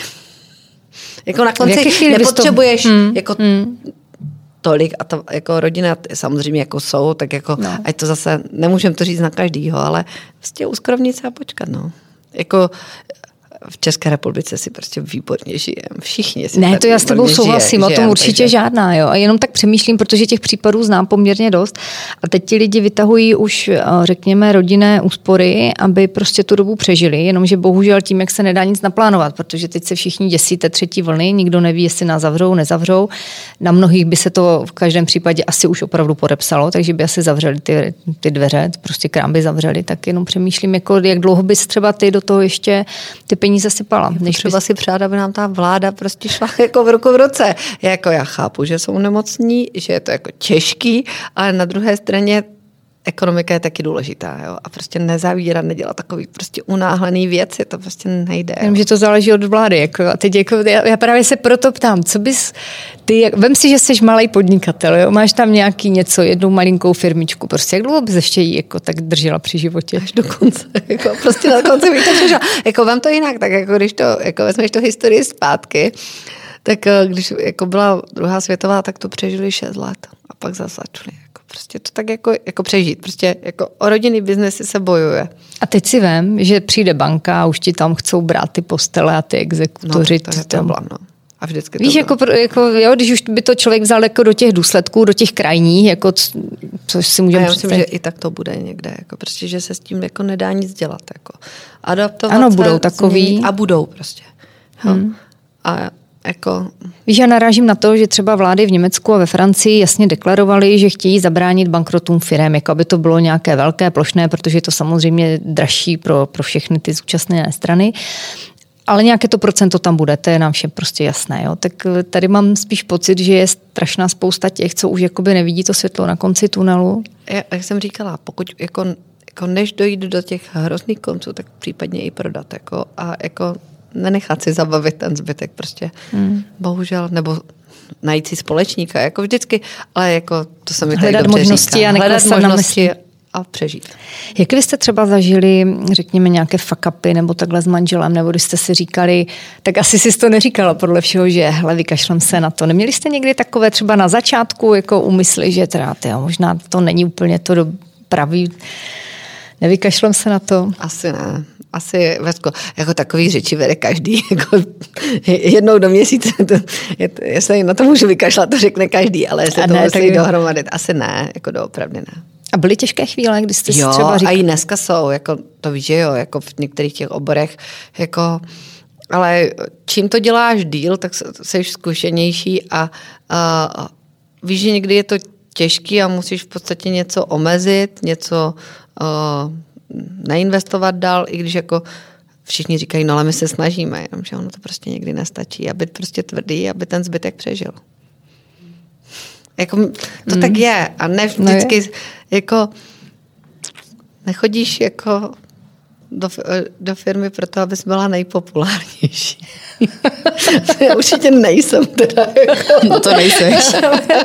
B: Jako na konci nepotřebuješ jako tolik a to jako rodina samozřejmě jako jsou, tak jako ať to zase, nemůžeme to říct na každýho, ale prostě uskrovnit se a počkat, no. Jako v České republice si prostě výborně žijeme. Všichni si
A: ne, to já s tebou souhlasím, o tom určitě žádná. Jo. A jenom tak přemýšlím, protože těch případů znám poměrně dost. A teď ti lidi vytahují už, řekněme, rodinné úspory, aby prostě tu dobu přežili. Jenomže bohužel tím, jak se nedá nic naplánovat, protože teď se všichni děsí té třetí vlny, nikdo neví, jestli nás zavřou, nezavřou. Na mnohých by se to v každém případě asi už opravdu podepsalo, takže by asi zavřeli ty dveře, prostě krám by zavřeli. Tak jenom přemýšlím, jako, jak dlouho bys třeba ty do toho ještě ty peníze sypala.
B: Než třeba si přát, aby nám ta vláda prostě šla jako v ruku v ruce. Jako já chápu, že jsou nemocní, že je to jako těžký, ale na druhé straně ekonomika je taky důležitá. Jo? A prostě nezavírat, nedělat takový prostě unáhlený věci, to prostě nejde.
A: Jenom, že to záleží od vlády. Jako, a teď jako, já právě se proto ptám, co bys ty, vem si, že jsi malej podnikatel, jo? Máš tam nějaký něco, jednu malinkou firmičku, prostě jak dlouho bys ještě jí jako tak držela při životě?
B: Až do konce. Jako, prostě na konci bych to přešla. Jako vem to jinak, tak jako když to, jako vezmeš to historii zpátky, tak když jako byla druhá světová, tak to přežili 6 let a pak zase začali. Prostě to tak jako přežít. Prostě jako o rodinný biznesy se bojuje.
A: A teď si vem, že přijde banka a už ti tam chcou brát ty postele a ty exekutoři.
B: No, to je problém, no. A vždycky
A: víš, jako jo, když už by to člověk vzal jako do těch důsledků, do těch krajních, jako což si můžeme
B: představit. Já myslím, že i tak to bude někde, jako prostě, že se s tím jako nedá nic dělat. Jako. Adaptovat
A: ano, budou takový.
B: A budou prostě. A jako...
A: Víš, já narážím na to, že třeba vlády v Německu a ve Francii jasně deklarovaly, že chtějí zabránit bankrotům firem, jako aby to bylo nějaké velké, plošné, protože je to samozřejmě dražší pro všechny ty zúčastněné strany. Ale nějaké to procento tam bude, to je nám všem prostě jasné. Jo? Tak tady mám spíš pocit, že je strašná spousta těch, co už jakoby nevidí to světlo na konci tunelu.
B: Jak jsem říkala, pokud jako než dojít do těch hrozných konců, tak případně i prodat. Jako, a jako nenechat si zabavit ten zbytek prostě. Bohužel, nebo najít si společníka, jako vždycky, ale jako to se mi tady dobře říká. Hledat možnosti a přežít.
A: Jak vy jste třeba zažili, řekněme, nějaké fuck-upy nebo takhle s manželem, nebo když jste si říkali, tak asi jsi to neříkala podle všeho, že hele, vykašlem se na to. Neměli jste někdy takové třeba na začátku jako úmysly, že teda možná to není úplně to pravý, nevykašlem se na to?
B: Asi ne. Asi, Vesko, jako takový řeči vede každý, jako jednou do měsíce, jestli na to můžu vykašlat, to řekne každý, ale jestli to musí dohromady, asi ne, jako doopravdy ne.
A: A byly těžké chvíle, kdy jste si třeba říkali?
B: A i dneska jsou, jako to víš, že jo, jako v některých těch oborech, jako, ale čím to děláš díl, tak jsi zkušenější a víš, že někdy je to těžký a musíš v podstatě něco omezit, něco neinvestovat dál, i když jako všichni říkají, no ale my se snažíme, jenomže ono to prostě někdy nestačí a být prostě tvrdý, aby ten zbytek přežil. Jako to tak je a ne vždycky jako nechodíš jako do firmy proto, abys byla nejpopulárnější. Já určitě nejsem teda. Jako.
A: No to nejseš.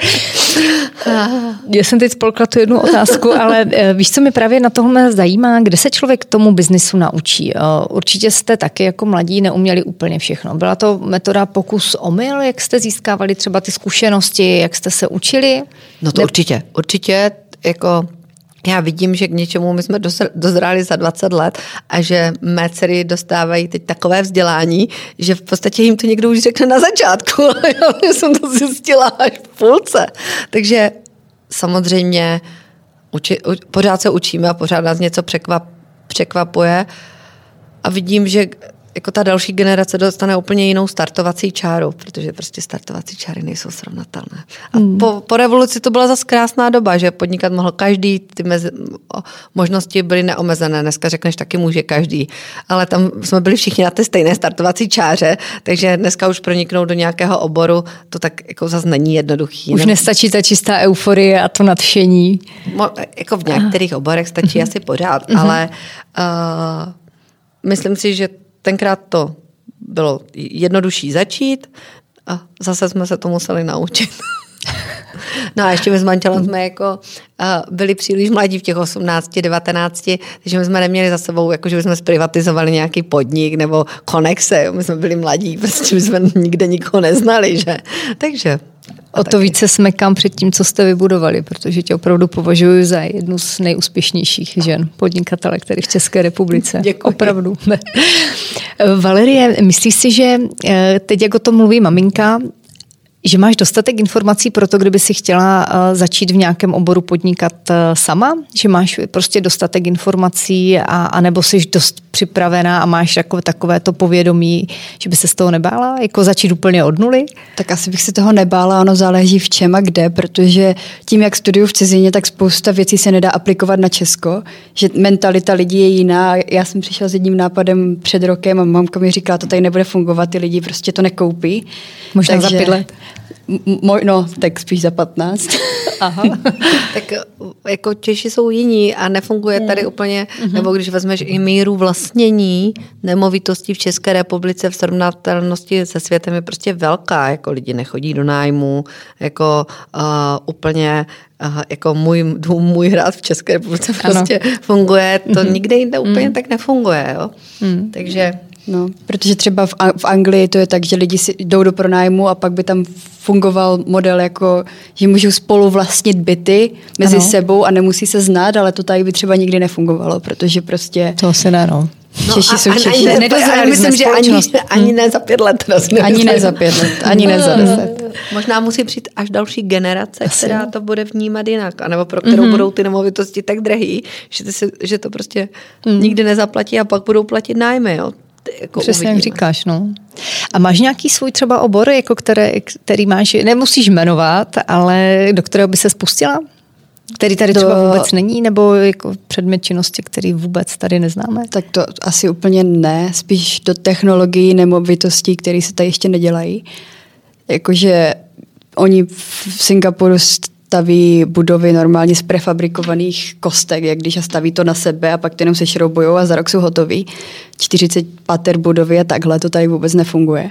A: Já jsem teď spolkla tu jednu otázku, ale víš, co mi právě na tohle zajímá, kde se člověk tomu biznisu naučí? Určitě jste taky jako mladí neuměli úplně všechno. Byla to metoda pokus omyl, jak jste získávali třeba ty zkušenosti, jak jste se učili?
B: No to určitě jako já vidím, že k něčemu my jsme dozráli za 20 let a že mé dcery dostávají teď takové vzdělání, že v podstatě jim to někdo už řekne na začátku. Já jsem to zjistila až v půlce. Takže samozřejmě pořád se učíme a pořád nás něco překvapuje. a vidím, že jako ta další generace dostane úplně jinou startovací čáru, protože prostě startovací čáry nejsou srovnatelné. A po revoluci to byla zase krásná doba, že podnikat mohl každý, ty možnosti byly neomezené. Dneska řekneš, taky může každý. Ale tam jsme byli všichni na té stejné startovací čáře, takže dneska už proniknout do nějakého oboru, to tak jako zase není jednoduchý.
A: Už nestačí ta čistá euforie a to nadšení.
B: Jako v některých oborech stačí asi pořád, ale myslím si, že tenkrát to bylo jednodušší začít a zase jsme se to museli naučit. No a ještě my s manželem jsme jako byli příliš mladí v těch 18, 19, takže my jsme neměli za sebou, jako že bychom zprivatizovali nějaký podnik nebo konexe. My jsme byli mladí, prostě my jsme nikde nikoho neznali, že? Takže...
A: O to více smekám před tím, co jste vybudovali, protože tě opravdu považuji za jednu z nejúspěšnějších žen podnikatelek, který v České republice.
B: Děkuji.
A: Opravdu. Valerie, myslíš si, že teď, jak o tom mluví maminka, že máš dostatek informací pro to, kdyby si chtěla začít v nějakém oboru podnikat sama? Že máš prostě dostatek informací a nebo jsi dost připravená a máš takové to povědomí, že by se z toho nebála? Jako začít úplně od nuly?
C: Tak asi bych se toho nebála, ono záleží v čem a kde, protože tím, jak studuju v cizině, tak spousta věcí se nedá aplikovat na Česko, že mentalita lidí je jiná. Já jsem přišla s jedním nápadem před rokem a mamka mi říkala, to tady nebude fungovat, ty lidi prostě to nekoupí.
A: Možná za 5 let.
C: No, tak spíš za 15.
A: Aha.
B: Tak jako Češi jsou jiní a nefunguje tady úplně, nebo když vezmeš i míru vlastnění nemovitostí v České republice v srovnatelnosti se světem je prostě velká, jako lidi nechodí do nájmu, jako úplně jako můj hrad v České republice prostě funguje, to nikde jinde úplně tak nefunguje, jo. Takže...
C: No, protože třeba v Anglii to je tak, že lidi si jdou do pronájmu a pak by tam fungoval model jako, že můžou spolu vlastnit byty mezi sebou a nemusí se znát, ale to tady by třeba nikdy nefungovalo, protože prostě...
A: To se dá, no.
C: Češi jsou Češi.
B: Myslím, že ani ne za 5 let.
C: Ani ne za 5 let, ani ne za 10.
B: Možná musí přijít až další generace, která to bude vnímat jinak, anebo pro kterou budou ty nemovitosti tak drahý, že to prostě nikdy nezaplatí a pak budou platit nájmy, jo. Jako
A: přesně jak říkáš, no. A máš nějaký svůj třeba obor, jako který máš, nemusíš jmenovat, ale do kterého by se spustila? Který tady třeba vůbec není, nebo jako předmět činnosti, který vůbec tady neznáme?
C: Tak to asi úplně ne, spíš do technologií, nemovitostí, které se tady ještě nedělají. Jakože oni v Singapuru staví budovy normálně z prefabrikovaných kostek, jak když a staví to na sebe a pak to jenom sešroubujou a za rok jsou hotoví. 40 pater budovy a takhle to tady vůbec nefunguje.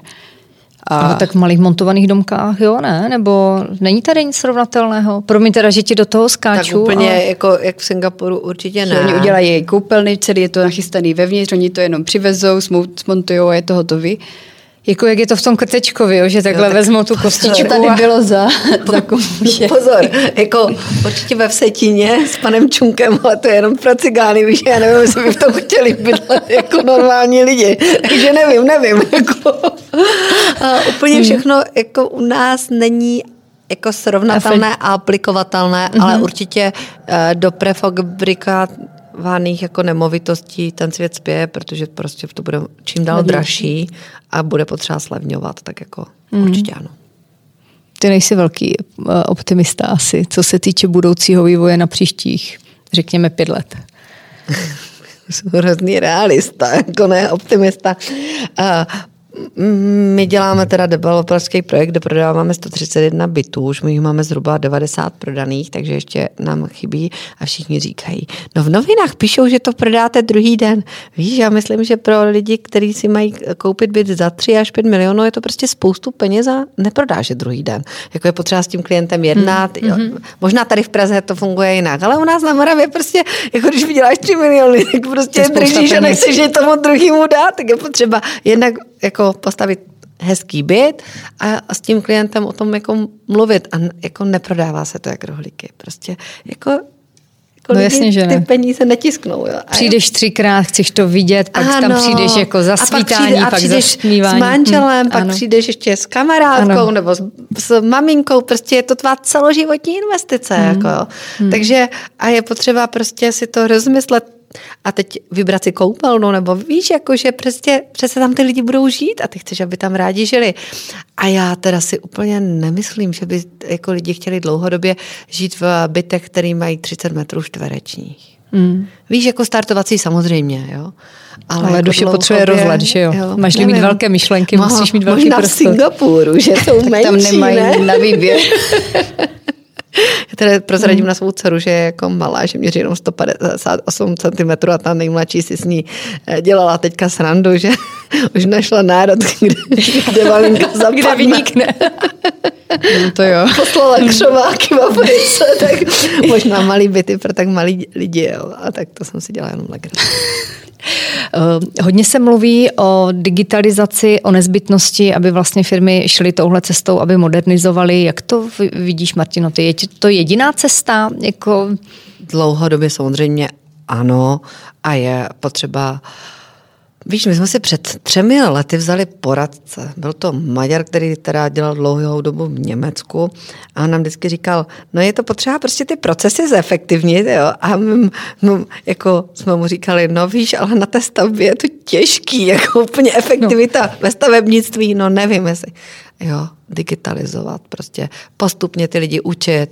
A: A tak v malých montovaných domkách, jo, ne? Nebo není tady nic srovnatelného? Promiň teda, že ti do toho skáču.
B: Tak úplně jako jak v Singapuru určitě ne.
C: Oni udělají koupelny, celý je to nachystaný vevnitř, oni to jenom přivezou, smontujou a je to hotový.
A: Jako jak je to v tom Krtečkovi, jo, že takhle vezmou tu kostičku.
C: To tady bylo za kůže.
B: Pozor, jako určitě ve Vsetíně s panem Čunkem, ale to je jenom pro cigány, víš, já nevím, jestli by v tom chtěli bydlet jako normální lidi, takže nevím. Jako. A úplně všechno jako u nás není jako srovnatelné a aplikovatelné, ale určitě do prefabrikovaných jako nemovitostí ten svět spěje, protože prostě to bude čím dál dražší a bude potřeba slevňovat, tak jako určitě ano.
A: Ty nejsi velký optimista asi, co se týče budoucího vývoje na příštích, řekněme 5 let.
B: Jsem hrozný realista, jako ne optimista. My děláme teda developerský projekt, kde prodáváme 131 bytů, už my jich máme zhruba 90 prodaných, takže ještě nám chybí a všichni říkají, no v novinách píšou, že to prodáte druhý den. Víš, já myslím, že pro lidi, kteří si mají koupit byt za 3 až 5 milionů, je to prostě spoustu peněz a neprodáš je druhý den. Jako je potřeba s tím klientem jednat. Možná tady v Praze to funguje jinak, ale u nás na Moravě prostě, jako když vyděláš 3 miliony, tak prostě držíš a nechceš je tomu druhému dát, tak je potřeba jednak jako postavit hezký byt a s tím klientem o tom jako mluvit a jako neprodává se to jak rohlíky. Prostě jako
A: no
B: lidi
A: jasně, že
B: ty peníze netisknou. Jo.
A: Přijdeš 3krát, chceš to vidět, pak tam přijdeš jako za svítání, pak za smívání.
B: S manželem, pak přijdeš ještě s kamarádkou nebo s maminkou, prostě je to tvá celoživotní investice. Jako, jo. Takže a je potřeba prostě si to rozmyslet a teď vybrat si koupelnu, nebo víš, jako, že přece tam ty lidi budou žít a ty chceš, aby tam rádi žili. A já teda si úplně nemyslím, že by jako lidi chtěli dlouhodobě žít v bytech, který mají 30 metrů čtverečních. Víš, jako startovací samozřejmě, jo.
A: Ale
B: jako
A: duše potřebuje rozhled, že jo? Máš-li mít velké myšlenky, musíš mít velký prostor.
B: Možná v Singapuru, že jsou menší,
C: tam nemají na výběr.
B: Já teda prozradím na svou dceru, že je jako malá, že měří jenom 158 cm a ta nejmladší si s ní dělala teďka srandu, že už našla národ, kde malinka zapadne.
A: Kde vynikne.
C: No to jo.
B: Poslala křováky v Africe, tak možná malý byty pro tak malý lidi, jo. A tak to jsem si dělala jenom legraci.
A: Hodně se mluví o digitalizaci, o nezbytnosti, aby vlastně firmy šly touhle cestou, aby modernizovaly. Jak to vidíš, Martino? Je to jediná cesta? Jako...
B: Dlouhodobě samozřejmě ano a je potřeba. Víš, my jsme si před 3 lety vzali poradce. Byl to Maďar, který teda dělal dlouhou dobu v Německu a on nám vždycky říkal, no je to potřeba prostě ty procesy zefektivnit, jo. A my jako jsme mu říkali, no víš, ale na té stavbě je to těžký, jako úplně efektivita ve stavebnictví, no nevím, jestli, jo, digitalizovat, prostě postupně ty lidi učit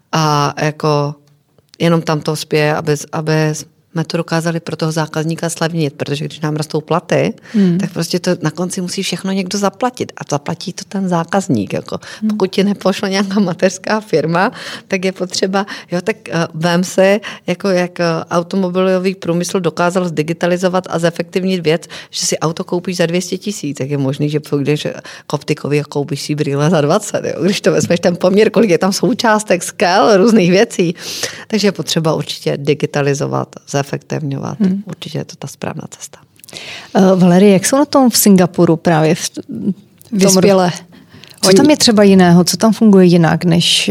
B: a jako jenom tam to spěje, aby jsme to dokázali pro toho zákazníka slevnit, protože když nám rostou platy, tak prostě to na konci musí všechno někdo zaplatit a zaplatí to ten zákazník. Jako. Pokud ti nepošle nějaká mateřská firma, tak je potřeba, jo, tak vem si, jako jak automobilový průmysl dokázal zdigitalizovat a zefektivnit věc, že si auto koupíš za 200 000, tak je možný, že půjdeš k optikovi a koupíš si brýle za 20. Jo. Když to vezmeš ten poměr, kolik je tam součástek, skel, různých věcí. Takže je potřeba určitě digitalizovat, efektivňovat. Určitě je to ta správná cesta.
A: Valerie, jak jsou na tom v Singapuru právě?
C: Vyspěle.
A: Co tam je třeba jiného? Co tam funguje jinak, než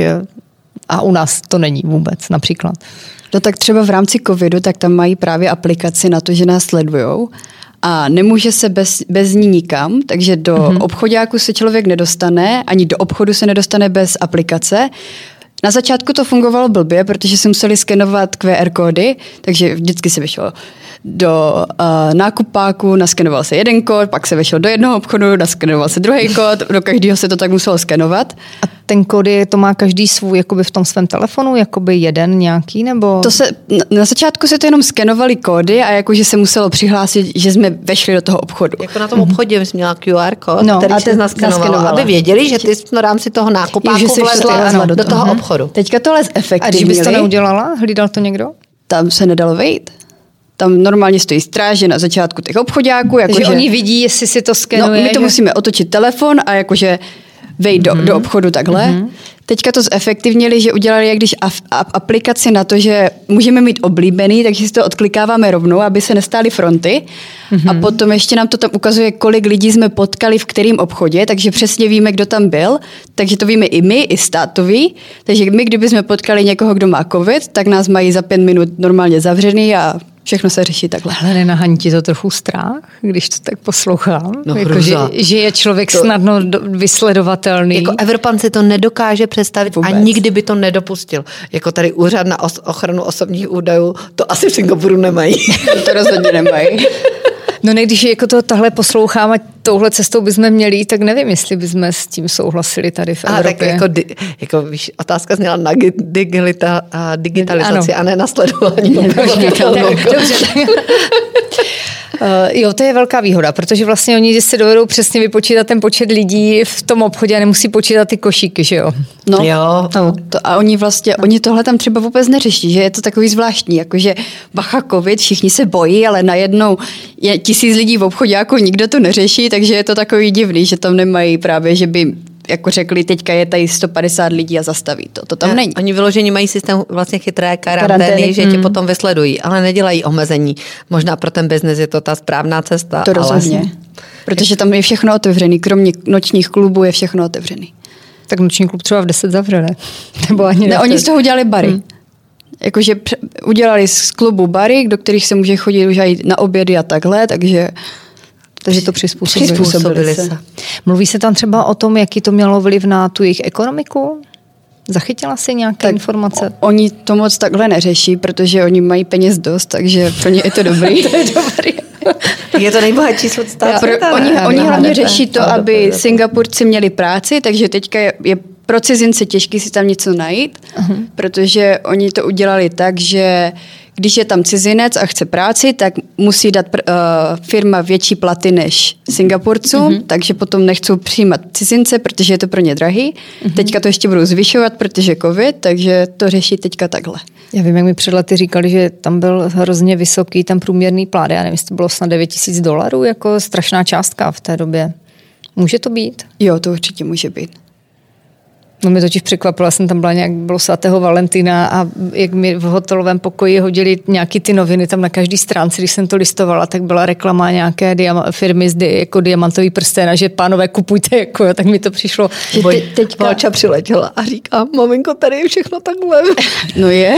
A: a u nás to není vůbec například?
C: No tak třeba v rámci covidu, tak tam mají právě aplikaci na to, že nás sledujou a nemůže se bez ní nikam, takže do obchoďáku se člověk nedostane, ani do obchodu se nedostane bez aplikace. Na začátku to fungovalo blbě, protože se museli skenovat QR kódy, takže vždycky se vyšlo do nákupáku, naskenoval se jeden kód, pak se vešel do jednoho obchodu, naskenoval se druhý kód, do každého se to tak muselo skenovat.
A: A ten kód to má každý svůj jakoby v tom svém telefonu, jakoby jeden nějaký, nebo?
C: Na začátku se to jenom skenovaly kódy a jakože se muselo přihlásit, že jsme vešli do toho obchodu.
B: Jako na tom obchodě jsi měla QR kód, který jsi naskenovala, aby věděli, že ty jsi v rámci toho nákupáku vlezla do toho obchodu.
C: Teďka tohle zefektivnili.
A: A když bys to neudělala, hlídal to někdo?
C: Tam se nedalo vejít. Tam normálně stojí stráže na začátku těch obchoďáků.
A: Takže oni vidí, jestli si to skenuje.
C: No, my to musíme otočit telefon a jakože vejít do obchodu takhle. Teďka to zefektivnili, že udělali jak když aplikaci na to, že můžeme mít oblíbený, takže si to odklikáváme rovnou, aby se nestály fronty. A potom ještě nám to tam ukazuje, kolik lidí jsme potkali v kterém obchodě, takže přesně víme, kdo tam byl. Takže to víme i my, i státoví. Takže my, kdyby jsme potkali někoho, kdo má covid, tak nás mají za 5 minut normálně zavřený a všechno se řeší takhle.
A: Ale nenahání ti to trochu strach, když to tak poslouchám?
B: No,
A: jako, že je člověk snadno vysledovatelný.
B: Jako Evropan si to nedokáže představit vůbec. A nikdy by to nedopustil. Jako tady úřad na ochranu osobních údajů, to asi v Singapuru nemají.
C: To rozhodně nemají.
A: No ne, když jako to tahle poslouchám a touhle cestou bychom měli, tak nevím, jestli bychom s tím souhlasili tady v Evropě.
B: Tak jako víš, otázka zněla na digitalizaci a ne na sledování.
A: Jo, to je velká výhoda, protože vlastně oni si dovedou přesně vypočítat ten počet lidí v tom obchodě a nemusí počítat ty košíky, že jo?
C: No, jo. A oni tohle tam třeba vůbec neřeší, že je to takový zvláštní, jakože bacha covid, všichni se bojí, ale najednou je 1000 lidí v obchodě, jako nikdo to neřeší, takže je to takový divný, že tam nemají právě, že by jako řekli, teďka je tady 150 lidí a zastaví to. To tam není.
B: Oni vyložení mají systém vlastně chytré karantény, že tě potom vysledují, ale nedělají omezení. Možná pro ten biznes je to ta správná cesta.
C: To rozhodně. Protože tam je všechno otevřený, kromě nočních klubů je všechno otevřený.
A: Tak noční klub třeba v 10 zavře, ne? Nebo ani
C: ne, oni z toho udělali bary. Jakože udělali z klubu bary, do kterých se může chodit už i na obědy a takhle, takže to přizpůsobili se.
A: Mluví se tam třeba o tom, jaký to mělo vliv na tu jejich ekonomiku? Zachytila jsi nějaké informace?
C: Oni to moc takhle neřeší, protože oni mají peněz dost, takže pro ně je to dobrý.
A: To je dobrý.
B: Je to nejbohatší stát.
C: Oni hlavně řeší to, aby Singapurci měli práci, takže teďka je pro cizince těžký si tam něco najít, protože oni to udělali tak, že když je tam cizinec a chce práci, tak musí dát firma větší platy než Singapurcům, takže potom nechcou přijímat cizince, protože je to pro ně drahý. Teďka to ještě budou zvyšovat, protože covid, takže to řeší teďka takhle.
A: Já vím, jak mi před lety říkali, že tam byl hrozně vysoký ten průměrný plát. Já nevím, jestli to bylo snad $9,000, jako strašná částka v té době. Může to být?
C: Jo, to určitě může být.
A: No mě totiž překvapilo, jsem tam byla bylo svatého Valentína a jak mi v hotelovém pokoji hodili nějaký ty noviny tam na každý stránce, když jsem to listovala, tak byla reklama nějaké firmy jako diamantový prsten a že pánové kupujte, jako, tak mi to přišlo.
B: Teďka Valča přiletěla a říká, maminko, tady je všechno takhle.
C: No je.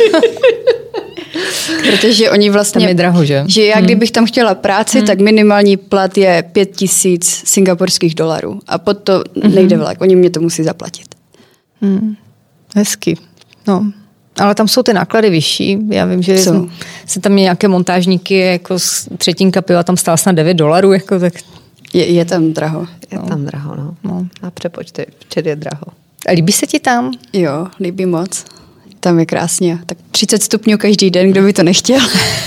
C: Protože oni vlastně...
A: Tam je draho, že?
C: Že já kdybych tam chtěla práci, tak minimální plat je $5,000 singapurských dolarů. A pod to nejde vlak. Oni mě to musí zaplatit.
A: Hezky. No. Ale tam jsou ty náklady vyšší. Já vím, že se tam nějaké montážníky, jako třetinka piva tam stála snad $9, jako tak...
C: Je tam draho.
B: Je tam draho, no. A přepočty, je draho.
A: A líbí se ti tam?
C: Jo, líbí moc. Tam je krásně. Tak 30 stupňů každý den, kdo by to nechtěl.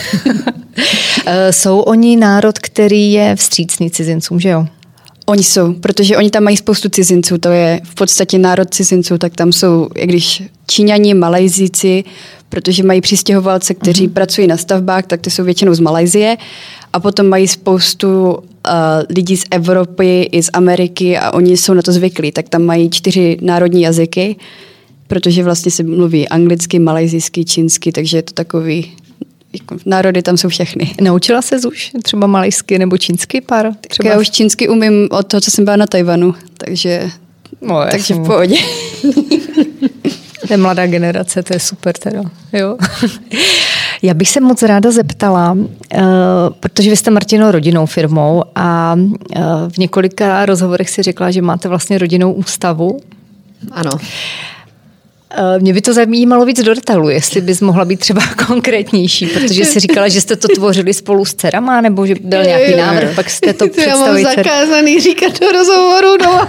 A: Jsou oni národ, který je vstřícný cizincům, že jo?
C: Oni jsou, protože oni tam mají spoustu cizinců, to je v podstatě národ cizinců, tak tam jsou, jak když Číňani, Malajzíci, protože mají přistěhovalce, kteří pracují na stavbách, tak ty jsou většinou z Malajzie a potom mají spoustu lidí z Evropy i z Ameriky a oni jsou na to zvyklí, tak tam mají 4 národní jazyky, protože vlastně se mluví anglicky, malajzijsky, čínsky, takže je to takový, jako, národy tam jsou všechny.
A: Naučila ses už třeba malajsky nebo čínsky pár? Třeba?
C: Já už čínsky umím od toho, co jsem byla na Tajvanu, takže v pohodě.
A: To je mladá generace, to je super teda. Jo. Já bych se moc ráda zeptala, protože vy jste, Martino, rodinnou firmou a v několika rozhovorech si řekla, že máte vlastně rodinnou ústavu.
B: Ano.
A: Mě by to zajímalo víc do detailu, jestli bys mohla být třeba konkrétnější, protože jsi říkala, že jste to tvořili spolu s dcerama, nebo že byl nějaký návrh, pak jste to představili.
B: Já mám zakázaný říkat do rozhovoru doma.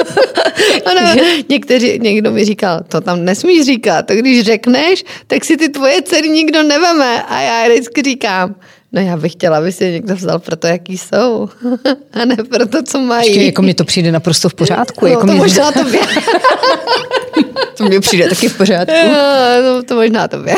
B: Někdo mi říkal, to tam nesmíš říkat, to když řekneš, tak si ty tvoje dcery nikdo neveme. A já vždycky říkám, no já bych chtěla, aby si je někdo vzal pro to, jaký jsou. A ne pro to, co mají.
A: Ještě, jako mně to přijde naprosto v pořádku.
B: No,
A: jako
B: to možná tobě.
C: To mně přijde taky v pořádku.
B: To možná tobě.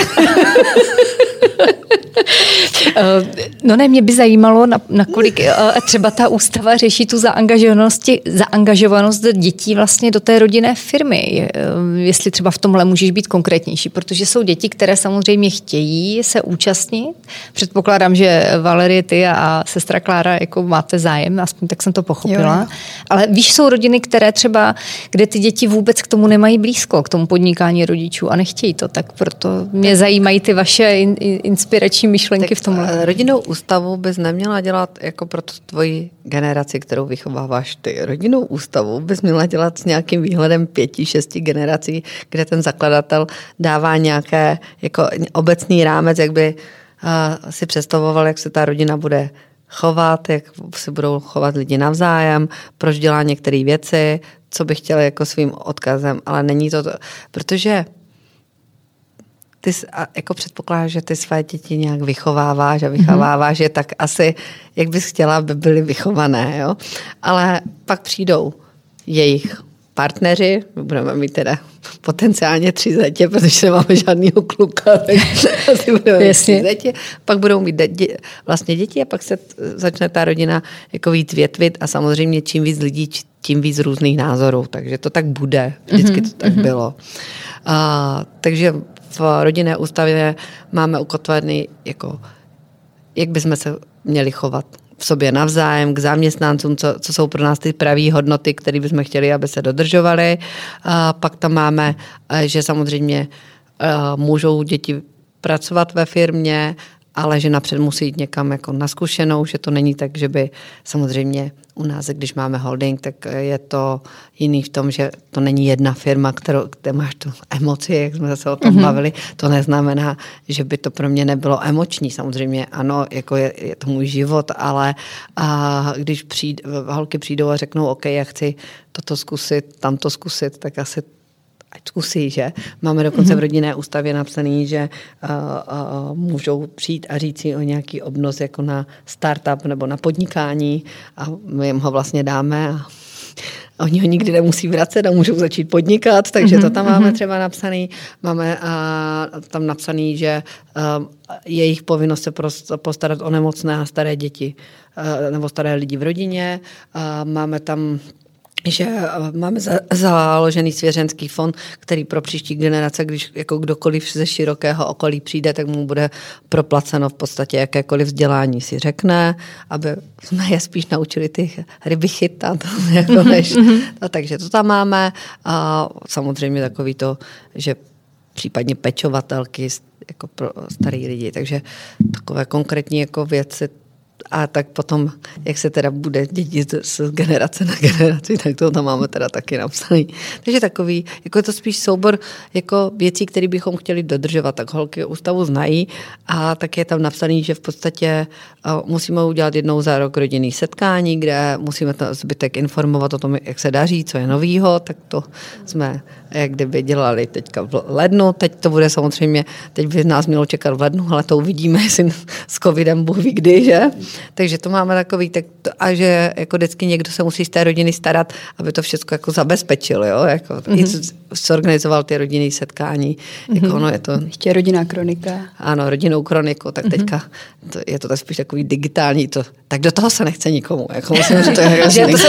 A: No ne, mě by zajímalo, nakolik třeba ta ústava řeší tu zaangažovanost dětí vlastně do té rodinné firmy. Jestli třeba v tomhle můžeš být konkrétnější, protože jsou děti, které samozřejmě chtějí se účastnit. Předpokládám, že Valerie, ty a sestra Klára jako máte zájem, aspoň tak jsem to pochopila. Jo. Ale víš, jsou rodiny, které třeba, kde ty děti vůbec k tomu nemají blízko, k tomu podnikání rodičů a nechtějí to, tak proto mě zajímají ty vaše inspirační myšlenky v tomhle.
B: Rodinnou ústavu bys neměla dělat jako pro tvoji generaci, kterou vychováváš ty. Rodinnou ústavu bys měla dělat s nějakým výhledem 5-6 generací, kde ten zakladatel dává nějaké jako obecný rámec, jak by si představoval, jak se ta rodina bude chovat, jak se budou chovat lidi navzájem, proč dělá některé věci, co by chtěl jako svým odkazem, ale není to, protože ty jako předpokládáš, že ty své děti nějak vychováváš a vychováváš je tak asi, jak bys chtěla, aby byly vychované, jo? Ale pak přijdou jejich partneři, my budeme mít teda potenciálně 3 zetě, protože nemáme žádnýho kluka, tak asi budeme mít 3 zetě. Pak budou mít vlastně děti a pak se začne ta rodina jako víc větvit a samozřejmě čím víc lidí, tím víc různých názorů. Takže to tak bude. Vždycky to tak bylo. Takže v rodinné ústavě máme ukotvený, jako, jak bychom se měli chovat v sobě navzájem, k zaměstnancům, co jsou pro nás ty pravé hodnoty, které bychom chtěli, aby se dodržovaly. Pak tam máme, že samozřejmě můžou děti pracovat ve firmě ale že napřed musí jít někam jako na zkušenou, že to není tak, že by samozřejmě u nás, když máme holding, tak je to jiný v tom, že to není jedna firma, kde máš tu emoci, jak jsme se o tom bavili. To neznamená, že by to pro mě nebylo emoční. Samozřejmě ano, jako je to můj život, ale když holky přijdou a řeknou, OK, já chci toto zkusit, tamto zkusit, tak asi ať zkusí, že? Máme dokonce v rodinné ústavě napsaný, že můžou přijít a říct si o nějaký obnos jako na startup nebo na podnikání a my jim ho vlastně dáme a oni ho nikdy nemusí vracet a můžou začít podnikat, takže to tam máme třeba napsaný. Máme tam napsaný, že jejich povinnost se postarat o nemocné a staré děti nebo staré lidi v rodině. Máme tam že máme založený svěřenský fond, který pro příští generace, když jako kdokoliv ze širokého okolí přijde, tak mu bude proplaceno v podstatě jakékoliv vzdělání si řekne, aby jsme je spíš naučili ty ryby chytat. Jako než. Takže to tam máme. A samozřejmě takový to, že případně pečovatelky jako pro starý lidi. Takže takové konkrétní jako věci. A tak potom, jak se teda bude dědit z generace na generaci, tak to tam máme teda taky napsaný. Takže takový, jako je to spíš soubor jako věcí, které bychom chtěli dodržovat, tak holky ústavu znají a tak je tam napsaný, že v podstatě musíme udělat jednou za rok rodinný setkání, kde musíme zbytek informovat o tom, jak se daří, co je novýho, tak to jsme jak kdyby dělali teďka v lednu, teď to bude samozřejmě, teď by nás mělo čekat v lednu, ale to uvidíme, jestli s covidem Bůh ví kdy, že? Takže to máme takový, a že jako vždycky někdo se musí z té rodiny starat, aby to všechno jako zabezpečil, jo? Jako, zorganizoval ty rodinné setkání. Jako ono je to...
C: Ještě rodinná kronika.
B: Ano, rodinnou kroniku, tak teďka je to tak spíš takový digitální, tak do toho se nechce nikomu. Jako musím říct, to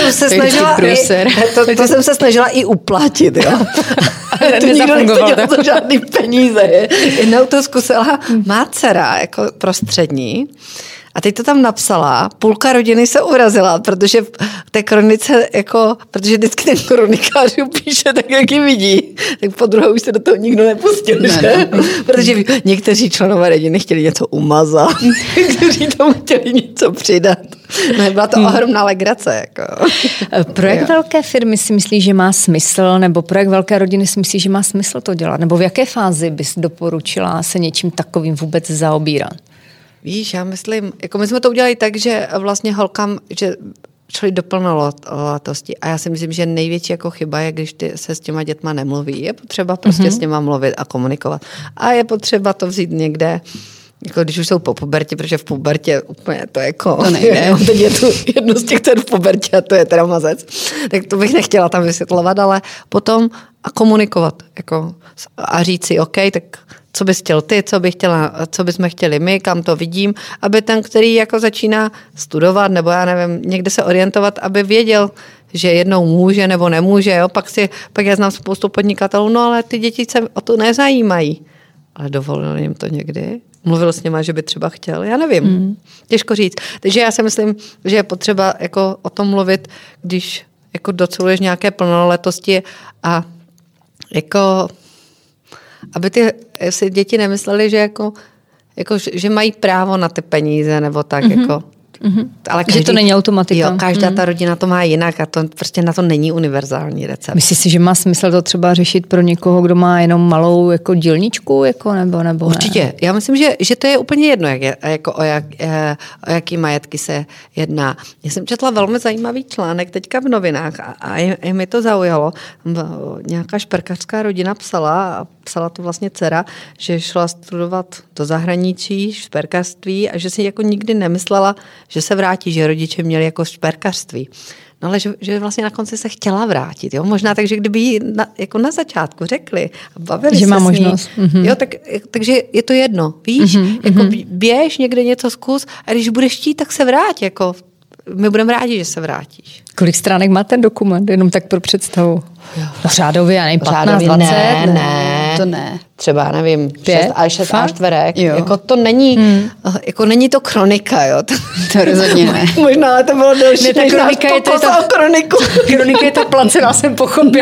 B: jsem se snažila i uplatit, jo? To nikdo nechce dělat to žádný peníze. Jednou to zkusila má dcera, jako prostřední, a teď to tam napsala, půlka rodiny se urazila, protože v té kronice, jako, protože vždycky ten kronikář píše tak, jak ji vidí, tak po druhé už se do toho nikdo nepustil, že? Protože někteří členové rodiny chtěli něco umazat, někteří tomu chtěli něco přidat. No, byla to ohromná legrace. Jako.
A: Projekt velké firmy si myslí, že má smysl, nebo projekt velké rodiny si myslí, že má smysl to dělat? Nebo v jaké fázi bys doporučila se něčím takovým vůbec zaobírat?
B: Víš, já myslím, jako my jsme to udělali tak, že vlastně holkám, že šli do plnoletosti a já si myslím, že největší jako chyba je, když se s těma dětma nemluví. Je potřeba prostě s něma mluvit a komunikovat. A je potřeba to vzít někde, jako když už jsou po pubertě, protože v pubertě úplně to jako... To nejde. Teď je tu jedno z těch, v pubertě a to je teda mazec. Tak to bych nechtěla tam vysvětlovat, ale potom a komunikovat. Jako, a říct si, OK, tak co bys chtěl ty, co bychom chtěli my, kam to vidím, aby ten, který jako začíná studovat, nebo já nevím, někde se orientovat, aby věděl, že jednou může nebo nemůže, jo? Pak já znám spoustu podnikatelů, no ale ty děti se o to nezajímají. Ale dovolil jim to někdy? Mluvil s nima, že by třeba chtěl? Já nevím. Těžko říct. Takže já si myslím, že je potřeba jako o tom mluvit, když jako doceluješ nějaké plnoletosti a jako aby si děti nemysleli, že jako že mají právo na ty peníze nebo tak jako.
A: Ale že to není automatika.
B: Jo, každá ta rodina to má jinak a to prostě na to není univerzální recept.
A: Myslíš si, že má smysl to třeba řešit pro někoho, kdo má jenom malou jako dílničku, jako, nebo
B: určitě. Ne? Já myslím, že to je úplně jedno, o jaký majetky se jedná. Já jsem četla velmi zajímavý článek teďka v novinách a mi to zaujalo. Nějaká šperkařská rodina psala to vlastně dcera, že šla studovat do zahraničí šperkařství a že si jako nikdy nemyslela, že se vrátí, že rodiče měli jako šperkařství. No ale že vlastně na konci se chtěla vrátit. Jo? Možná tak, že kdyby jí jako na začátku řekli a bavili
A: že
B: se
A: má
B: s ní.
A: možnost.
B: Jo, takže je to jedno. Víš? Jako běž někde něco zkus a když budeš chtít, tak se vrát. Jako, my budeme rádi, že se vrátíš.
A: Kolik stránek má ten dokument? Jenom tak pro představu. No řádově, já nevím, 15, 20?
B: Ne.
C: to ne.
B: Třeba, nevím, 6 A čtverek. Jako to není, jako není to kronika, jo.
C: To rozhodně ne.
B: Možná, ale to bylo delší,
A: ne, ta kronika je to
B: kroniku.
A: Kronika je ta placená, jsem pochopila.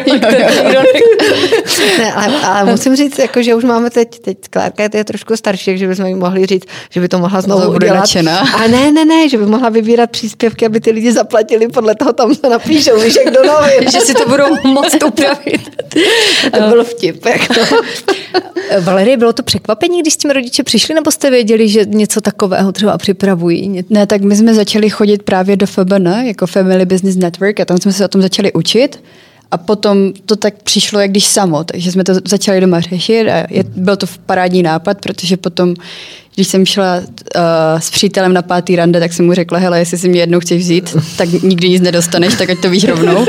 B: Ne, ale musím říct, jako, že už máme teď Klárka je trošku starší, takže bychom jí mohli říct, že by to mohla znovu udělat. A ne, že by mohla vybírat příspěvky, aby ty lidi zaplatili, podle toho tam se napíšou, víš, jak do novin.
A: Že si to budou moct upravit.
B: To byl vtip. Jako.
A: Valerie, bylo to překvapení, když s tím rodiče přišli, nebo jste věděli, že něco takového třeba připravují?
C: Ne, tak my jsme začali chodit právě do FBN, jako Family Business Network, a tam jsme se o tom začali učit. A potom to tak přišlo jak když samo, takže jsme to začali doma řešit a byl to parádní nápad, protože potom, když jsem šla s přítelem na 5. rande, tak jsem mu řekla, hele, jestli si mě jednou chceš vzít, tak nikdy nic nedostaneš, tak ať to víš rovnou.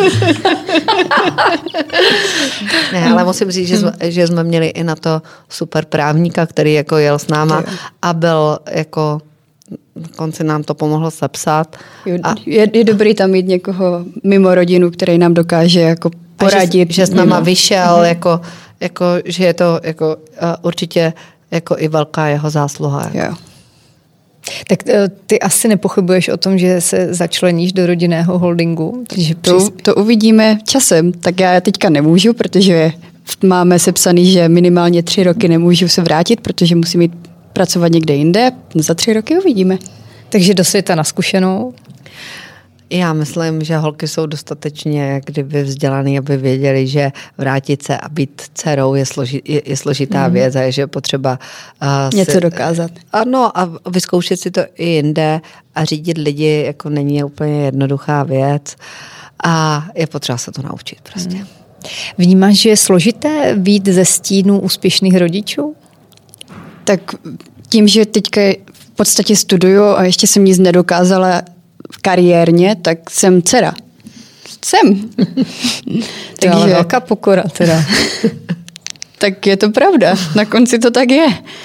B: Ne, ale musím říct, že jsme měli i na to super právníka, který jako jel s náma a byl jako na konci nám to pomohlo sepsat.
C: Je dobrý tam mít někoho mimo rodinu, který nám dokáže jako poradit.
B: Že s náma vyšel, jako, že je to jako, určitě jako i velká jeho zásluha.
C: Jo.
A: Tak ty asi nepochybuješ o tom, že se začleníš do rodinného holdingu?
C: To uvidíme časem. Tak já teďka nemůžu, protože máme sepsaný, že minimálně 3 roky nemůžu se vrátit, protože musím jít pracovat někde jinde. Za 3 roky uvidíme.
A: Takže do světa na zkušenou?
B: Já myslím, že holky jsou dostatečně kdyby vzdělaný, aby věděli, že vrátit se a být dcerou je složitá věc a že je potřeba
C: něco dokázat.
B: Ano, a vyzkoušet si to i jinde a řídit lidi jako není úplně jednoduchá věc a je potřeba se to naučit prostě.
A: Vnímáš, že je složité vyjít ze stínu úspěšných rodičů?
C: Tak tím, že teďka v podstatě studuju a ještě jsem nic nedokázala kariérně, tak jsem dcera. Jsem.
A: To je ale velká pokora teda.
C: Tak je to pravda. Na konci to tak je.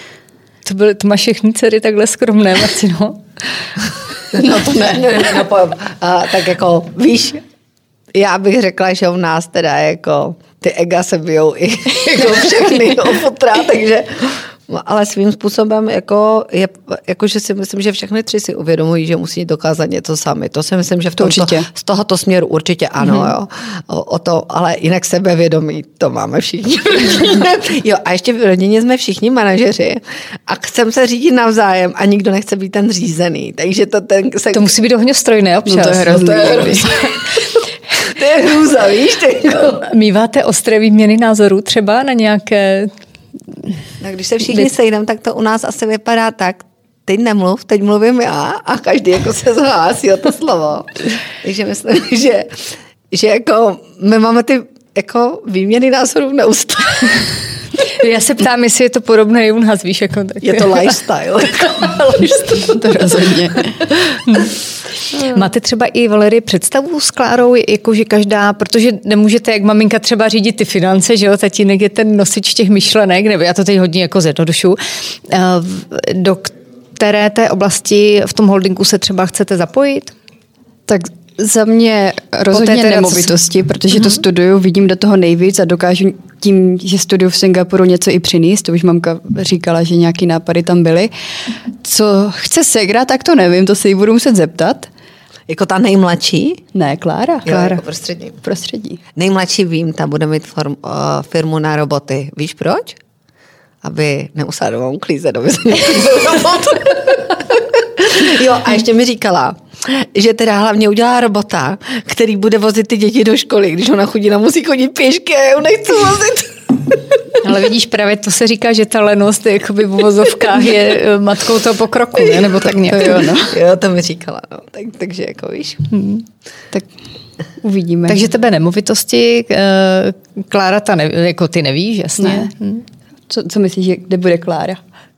A: To máš všechny dcery takhle skromné, Martino?
B: No to ne. Tak jako, víš, já bych řekla, že u nás teda jako ty ega se bijou i jako všechny ofutra, takže ale svým způsobem jako že si myslím, že všechny 3 si uvědomují, že musí dokázat něco sami. To si myslím, že z tohoto směru určitě ano. Jo. O to, ale jinak sebevědomí, to máme všichni. Jo, a ještě v rodině jsme všichni manažeři a chceme se řídit navzájem a nikdo nechce být ten řízený. Takže
A: to musí být ohňostrojné občas.
C: No to je hrozný.
B: To je hrůza, víš?
A: Míváte ostré výměny názorů třeba na nějaké...
B: No, když se všichni sejdeme, tak to u nás asi vypadá tak, teď nemluv, teď mluvím já a každý jako se zhlásí o to slovo. Takže myslím, že jako my máme ty jako výměny názorů neustále.
A: Já se ptám, jestli je to podobné i u nás, víš, jako tak.
B: Je to lifestyle.
C: To rozhodně.
A: Máte třeba i, Valerie, představu s Klárou, jakože každá, protože nemůžete jak maminka třeba řídit ty finance, že jo, tatínek je ten nosič těch myšlenek, nebo já to teď hodně jako zjednodušu, do které té oblasti v tom holdingu se třeba chcete zapojit?
C: Tak za mě rozhodně nemovitosti, protože to studuju, vidím do toho nejvíc a dokážu tím, že studuju v Singapuru, něco i přinést. To už mamka říkala, že nějaký nápady tam byly. Co chce segra, tak to nevím, to se jí budu muset zeptat.
B: Jako ta nejmladší?
C: Ne, Klára.
B: Jo, jako prostřední. Nejmladší vím, ta bude mít firmu na roboty. Víš proč? Aby nemusela doma uklízet, aby se robot. Jo, a ještě mi říkala, že teda hlavně udělá robota, který bude vozit ty děti do školy, když ona chudina musí chodit pěšky a já ji nechci vozit.
A: Ale vidíš, právě to se říká, že ta lenost jakoby v uvozovkách je matkou toho pokroku, ne? Nebo tak nějak.
B: Jo, to mi říkala, no. Takže jako víš.
C: Tak uvidíme.
A: Takže tebe nemovitosti, Klára, jako ty nevíš, jasně.
C: Ne. Co myslíš, že kde bude Klára?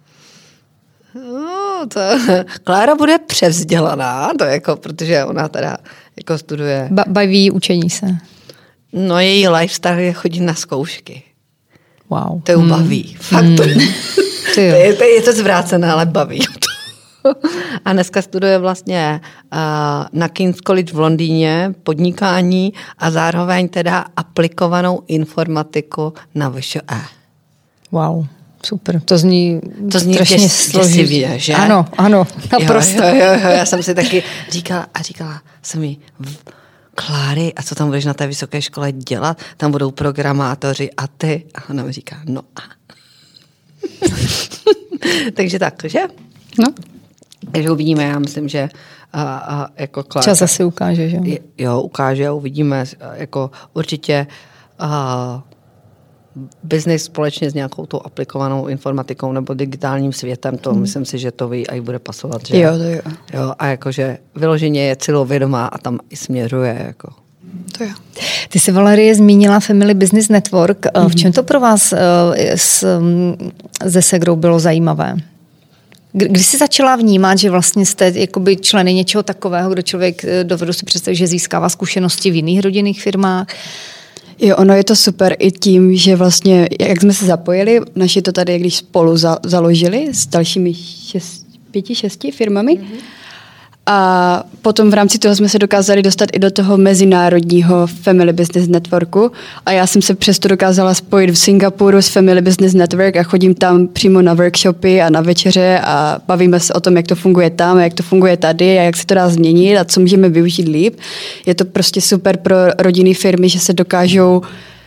B: No, Klára bude převzdělaná, to jako, protože ona teda jako studuje.
A: Baví učení se.
B: No, její lifestyle je chodit na zkoušky.
A: Wow.
B: To ju baví. Fakt je to zvrácené, ale baví to. A dneska studuje vlastně na King's College v Londýně podnikání a zároveň teda aplikovanou informatiku na VŠE.
A: Wow, super. To zní strašně
B: děsivě, že?
A: Ano, naprosto.
B: Jo, já jsem si taky říkala jsem jí, Kláry, a co tam budeš na té vysoké škole dělat? Tam budou programátoři a ty? A ona mi říká, no a. Takže tak, že?
C: No.
B: Takže uvidíme, já myslím, že jako Klárka.
A: Čas asi ukáže, že?
B: Jo, ukáže, uvidíme, jako určitě business společně s nějakou tou aplikovanou informatikou nebo digitálním světem, to myslím si, že to ví a jí bude pasovat, že?
C: Jo, to jo.
B: Jo, a jakože vyloženě je celovědomá a tam i směřuje, jako.
C: To jo.
A: Ty jsi, Valerie, zmínila Family Business Network. V čem to pro vás se Segrou bylo zajímavé? Kdy jsi začala vnímat, že vlastně jste jakoby členy něčeho takového, kde člověk dovedu si představit, že získává zkušenosti v jiných rodinných firmách?
C: Jo, ono je to super i tím, že vlastně, jak jsme se zapojili, naši to tady, když spolu založili s dalšími 5-6 firmami, a potom v rámci toho jsme se dokázali dostat i do toho mezinárodního Family Business Networku a já jsem se přesto dokázala spojit v Singapuru s Family Business Network a chodím tam přímo na workshopy a na večeře a bavíme se o tom, jak to funguje tam a jak to funguje tady a jak se to dá změnit a co můžeme využít líp. Je to prostě super pro rodinné firmy, že se dokážou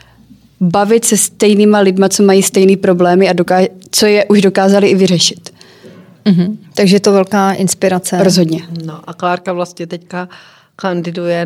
C: bavit se stejnýma lidma, co mají stejný problémy a co je už dokázali i vyřešit.
A: Takže je to velká inspirace.
C: Rozhodně.
B: No a Klárka vlastně teďka kandiduje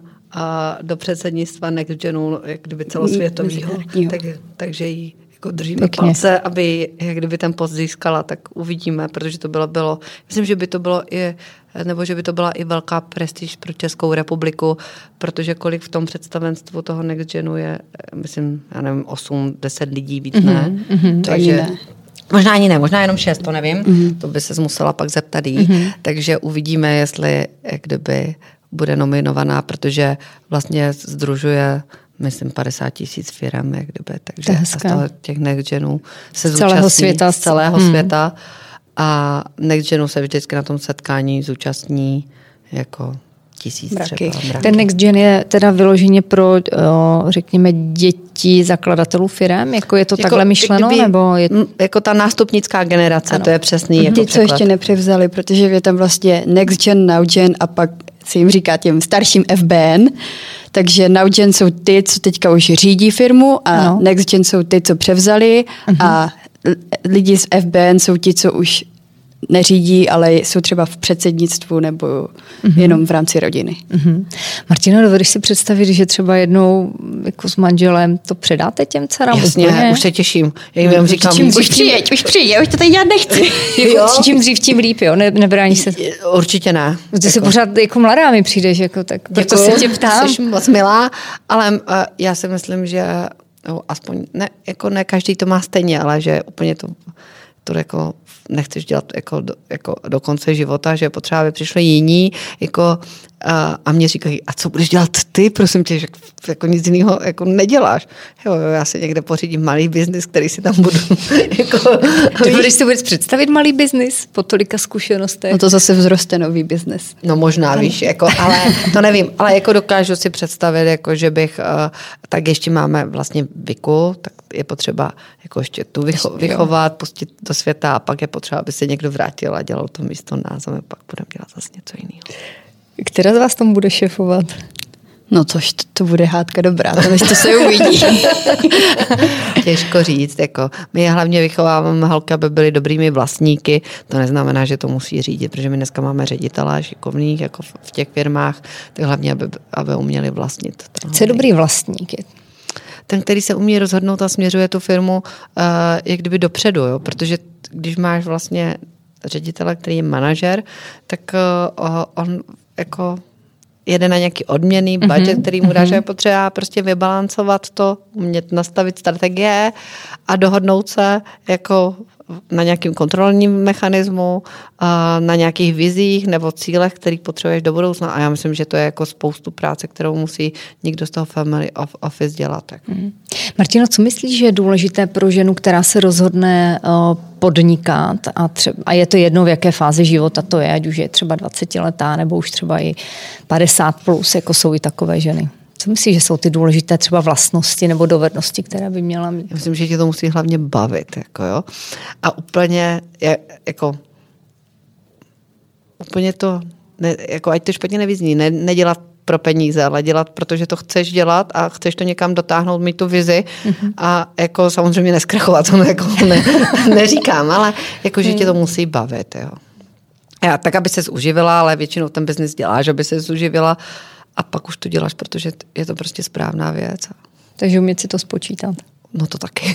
B: do předsednictva Next Genu, jak kdyby celosvětového. Takže jí jako držíme palce, aby jak kdyby ten post získala, tak uvidíme, protože to bylo, myslím, že by to bylo že by to byla i velká prestiž pro Českou republiku, protože kolik v tom představenstvu toho Next Genu je, myslím, já nevím, 8-10 lidí víc, ne? Takže
C: ne.
B: Možná ani ne, možná jenom 6, to nevím. To by se musela pak zeptat jí. Takže uvidíme, jestli jak kdyby bude nominovaná, protože vlastně sdružuje, myslím, 50 000 firem, jak kdyby. Takže z toho těch Next Genů se zúčastní z celého světa. A Next Genu se vždycky na tom setkání zúčastní jako 1000 třeba.
A: Ten Next Gen je teda vyloženě pro, řekněme, děti zakladatelů firem? Jako je to takhle myšleno? Nebo je...
B: Jako ta nástupnická generace, ano. To je přesný.
C: Ty, co ještě nepřevzali, protože je tam vlastně Next Gen, Now Gen a pak se jim říká těm starším FBN. Takže Now Gen jsou ty, co teďka už řídí firmu a Next Gen jsou ty, co převzali a lidi z FBN jsou ti, co už neřídí, ale jsou třeba v předsednictvu nebo jenom v rámci rodiny.
A: Martino, dovedeš si představit, že třeba jednou jako s manželem to předáte těm dcerám?
B: Jasně, už se těším. Já jim říkám,
C: už přijď, už to tady dělat nechci.
A: Čím dřív, tím líp, jo? Nebrání se.
B: Určitě ne.
A: Ty jsi pořád jako mladá mi přijdeš, jako, tak proto se tě ptám.
B: Jsi moc milá, ale já si myslím, že aspoň ne každý to má stejně, ale že úplně to jako nechceš dělat jako do konce života, že potřeba, aby přišli jiní jako, a mě říkají, a co budeš dělat ty, prosím tě, že jako nic jiného jako neděláš. Jo, já si někde pořídím malý biznis, který si tam budu jako...
A: Budeš si vůbec představit malý biznis po tolika zkušenostech?
C: No to zase vzroste nový biznis.
B: No možná, víš, jako, ale to nevím, ale jako dokážu si představit, jako, že bych, tak ještě máme vlastně Viku, tak je potřeba jako ještě tu vychovat, pustit do světa a pak je potřeba, aby se někdo vrátil a dělal to místo nás a my pak budeme dělat zase něco jiného.
A: Která z vás tomu bude šefovat?
C: No to bude hádka dobrá, to se uvidí.
B: Těžko říct, jako my hlavně vychováváme holky, aby byly dobrými vlastníky, to neznamená, že to musí řídit, protože my dneska máme ředitele šikovných jako v těch firmách, tak hlavně, aby uměli vlastnit.
A: Co je dobrý vlastník?
B: Ten, který se umí rozhodnout a směřuje tu firmu jak kdyby dopředu, jo? Protože když máš vlastně ředitele, který je manažer, tak on jako jede na nějaký odměný budget, který mu dá, že je potřeba prostě vybalancovat to, umět nastavit strategie a dohodnout se jako na nějakým kontrolním mechanismu, na nějakých vizích nebo cílech, kterých potřebuješ do budoucna. A já myslím, že to je jako spoustu práce, kterou musí někdo z toho family office dělat.
A: Martino, co myslíš, že je důležité pro ženu, která se rozhodne podnikat a je to jedno, v jaké fázi života to je, ať už je třeba 20letá nebo už třeba i 50+, jako jsou i takové ženy? Co myslíš, že jsou ty důležité třeba vlastnosti nebo dovednosti, které by měla mít?
B: Já myslím, že tě to musí hlavně bavit. Jako jo. A úplně, jako, úplně to, ne, jako, ať to špatně nevyzní, nedělat pro peníze, ale dělat, protože to chceš dělat a chceš to někam dotáhnout, mít tu vizi a jako samozřejmě neskrachovat, to jako neříkám, ale jako, že tě to musí bavit. Jo. Já, tak, aby ses uživila, ale většinou ten biznis děláš, aby ses uživila a pak už to děláš, protože je to prostě správná věc.
A: Takže umět si to spočítat.
B: No to taky.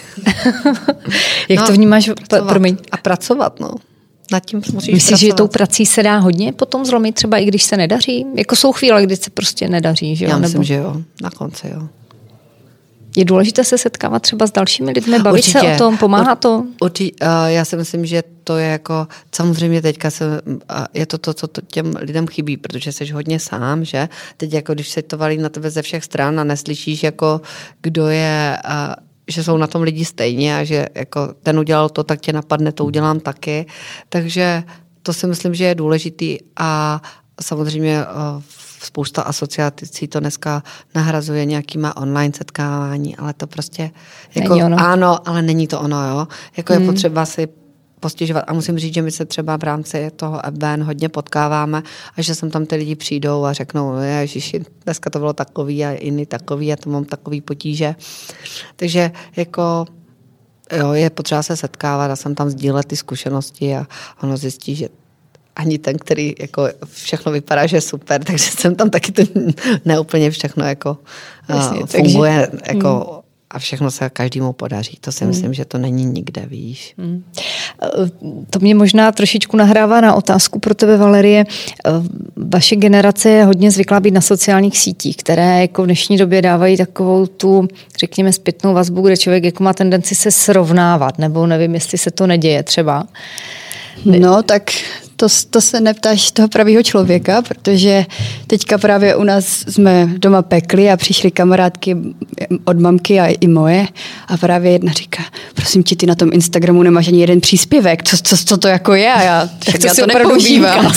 A: Jak to vnímáš? Promiň.
B: A pracovat, no. Nad tím musíš
A: Myslíš,
B: pracovat.
A: že tou prací se dá hodně potom zlomit, třeba i když se nedaří? Jako jsou chvíle, kdy se prostě nedaří, že jo?
B: Já myslím, že jo. Na konci, jo.
A: Je důležité se setkávat třeba s dalšími lidmi, bavit se o tom, pomáhá to?
B: Já si myslím, že to je jako, samozřejmě teďka je to, co těm lidem chybí, protože jsi hodně sám, že? Teď jako, když se to valí na tebe ze všech stran a neslyšíš, jako, kdo je, že jsou na tom lidi stejně a že jako, ten udělal to, tak tě napadne, to udělám taky. Takže to si myslím, že je důležitý a samozřejmě spousta asociací to dneska nahrazuje nějakýma online setkávání, ale to prostě jako, ano, ale není to ono, jo. Jako je potřeba si postěžovat a musím říct, že my se třeba v rámci toho FBN hodně potkáváme a že sem tam ty lidi přijdou a řeknou, ježiši, dneska to bylo takový a jiný takový a to mám takový potíže. Takže jako jo, je potřeba se setkávat a sem tam sdílet ty zkušenosti a ono zjistí, že ani ten, který jako všechno vypadá, že je super, takže jsem tam taky to neúplně všechno jako funguje jako a všechno se každému podaří. To si myslím, že to není nikde, víš.
A: To mě možná trošičku nahrává na otázku pro tebe, Valerie. Vaše generace je hodně zvyklá být na sociálních sítích, které jako v dnešní době dávají takovou tu, řekněme, zpětnou vazbu, kde člověk jako má tendenci se srovnávat, nebo nevím, jestli se to neděje třeba.
C: No, tak to se neptáš toho pravýho člověka, protože teďka právě u nás jsme doma pekli a přišly kamarádky od mamky a i moje a právě jedna říká, prosím tě, ty na tom Instagramu nemáš ani jeden příspěvek, co to jako je a já to nepoužívám.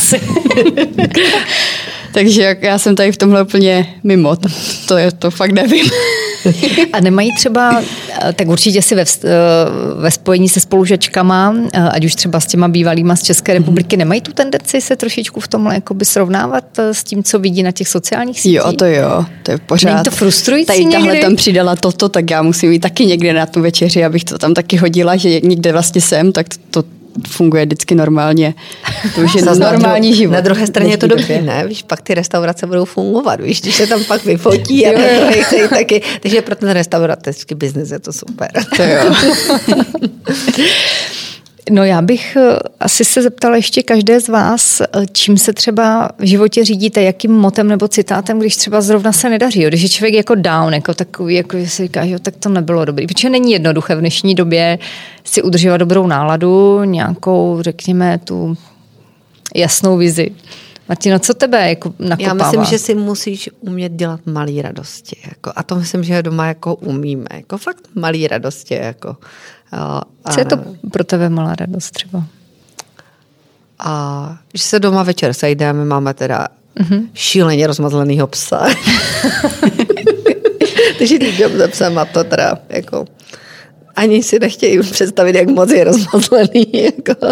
C: Takže já jsem tady v tomhle úplně mimo, to fakt nevím.
A: A nemají třeba, tak určitě si ve spojení se spolužačkama, ať už třeba s těma bývalýma z České republiky, nemají tu tendenci se trošičku v tomhle jakoby srovnávat s tím, co vidí na těch sociálních sítích?
C: Jo, to je pořád.
A: Není to frustrující
C: tady
A: někdy?
C: Tahle tam přidala toto, tak já musím jít taky někde na tu večeři, abych to tam taky hodila, že někde vlastně jsem, tak to funguje vždycky normálně. To už je normální život.
B: Na druhé straně je to dobré, ne? Víš, pak ty restaurace budou fungovat, víš, když se tam pak vyfotí a chcejí taky. Takže pro ten restauratéřský biznes je to super.
C: To jo.
A: No já bych asi se zeptala ještě každé z vás, čím se třeba v životě řídíte, jakým motem nebo citátem, když třeba zrovna se nedaří, když je člověk jako down, jako takový, jako že si říká, že tak to nebylo dobrý. Protože není jednoduché v dnešní době si udržovat dobrou náladu, nějakou, řekněme, tu jasnou vizi. Martino, co tebe jako nakopává? Já
B: myslím, že si musíš umět dělat malé radosti. Jako, a to myslím, že doma jako umíme. Jako fakt malé radosti. Jako.
A: Co je to pro tebe malá radost třeba?
B: A že se doma večer sejdeme, máme teda šíleně rozmazlenýho psa. Takže jdem za psem a to teda jako ani si nechtějí představit, jak moc je rozmazlený. Jako.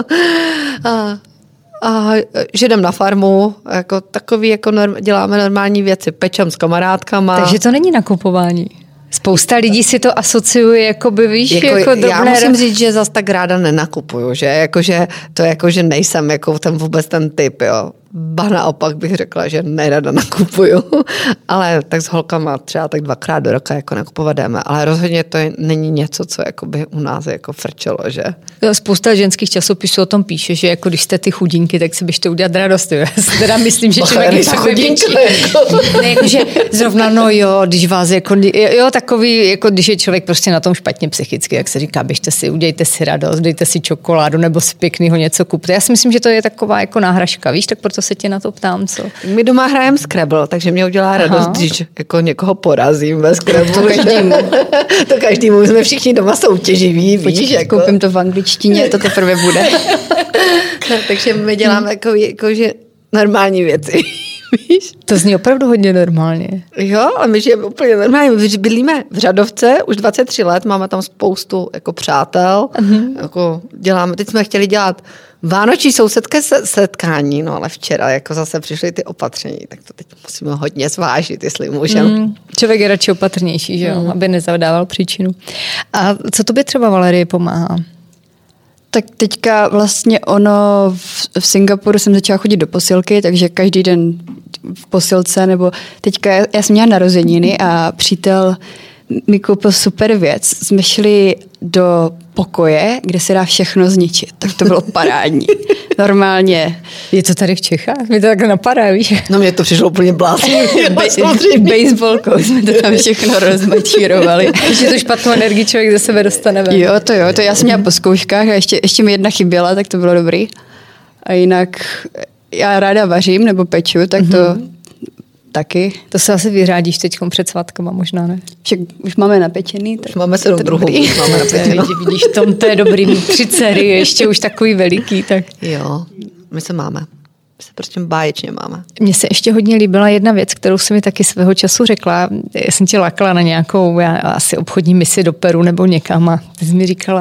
B: A že jdem na farmu, jako takový, jako děláme normální věci, pečem s kamarádkama.
A: Takže to není nakupování. Spousta lidí si to asociuje, jakoby, víš, jako dobré...
B: Já musím říct, že zas tak ráda nenakupuju, že? Jakože, to jakože nejsem jako vůbec ten typ, jo. Ba naopak bych řekla, že nerada nakupuju, ale tak s holkama třeba tak 2krát do roka jako nakupovat jdeme, ale rozhodně to není něco, co jakoby u nás jako frčelo, že?
A: Spousta ženských časopisů o tom píše, že jako když jste ty chudinky, tak si běžte udělat radost. Já si teda myslím, že člověk je chudinky. Ne, jakože zrovna, no jo, když vás jako, jo, takový, jako když je člověk prostě na tom špatně psychicky, jak se říká, běžte si, udějte si radost, dejte si čokoládu nebo si pěknýho něco kupte. Já si myslím, že to je taková jako náhražka, víš, tak proto se tě na to ptám, co?
B: My doma hrajeme Scrabble, takže mě udělá radost, když jako někoho porazím ve Scrabble. To každému, jsme všichni doma soutěživí, víš, jako.
C: Koupím to v angličtině, to teprve bude.
B: Takže my děláme jako že normální věci. Víš?
A: To zní opravdu hodně normálně.
B: Jo, ale my žijeme úplně normálně. My bydlíme v Řadovce už 23 let, máme tam spoustu jako přátel. Jako děláme, teď jsme chtěli dělat vánoční sousedské setkání, no ale včera jako zase přišly ty opatření, tak to teď musíme hodně zvážit, jestli můžeme.
A: Člověk je radši opatrnější, že jo, aby nezavdával příčinu. A co tobě třeba, Valerie, pomáhá?
C: Tak teďka vlastně v Singapuru jsem začala chodit do posilky, takže každý den v posilce, nebo teďka já jsem měla narozeniny a přítel mi koupil super věc. Jsme šli do pokoje, kde se dá všechno zničit. Tak to bylo parádní. Normálně.
A: Je to tady v Čechách? Mi to tak napadá, víš?
B: No mně to přišlo úplně blázně.
C: Baseballkou jsme to tam všechno rozmačírovali.
A: Když je to špatnou energii, člověk ze sebe dostane ven.
C: Jo, to já jsem měla po zkouškách a ještě mi jedna chyběla, tak to bylo dobrý. A jinak já ráda vařím nebo peču, tak to taky.
A: To se asi vyřádíš teď před svátkama, možná ne?
C: Však už máme napečený.
B: Už máme 7 druhů. Máme napečeno.
A: Vidíš, v tom to je dobrý mít 3 dcery, ještě už takový veliký. Tak.
B: Jo, my se máme. My se prostě báječně máme.
A: Mně se ještě hodně líbila jedna věc, kterou jsi mi taky svého času řekla. Já jsem tě lákala na nějakou asi obchodní misi do Peru nebo někam a ty jsi mi říkala,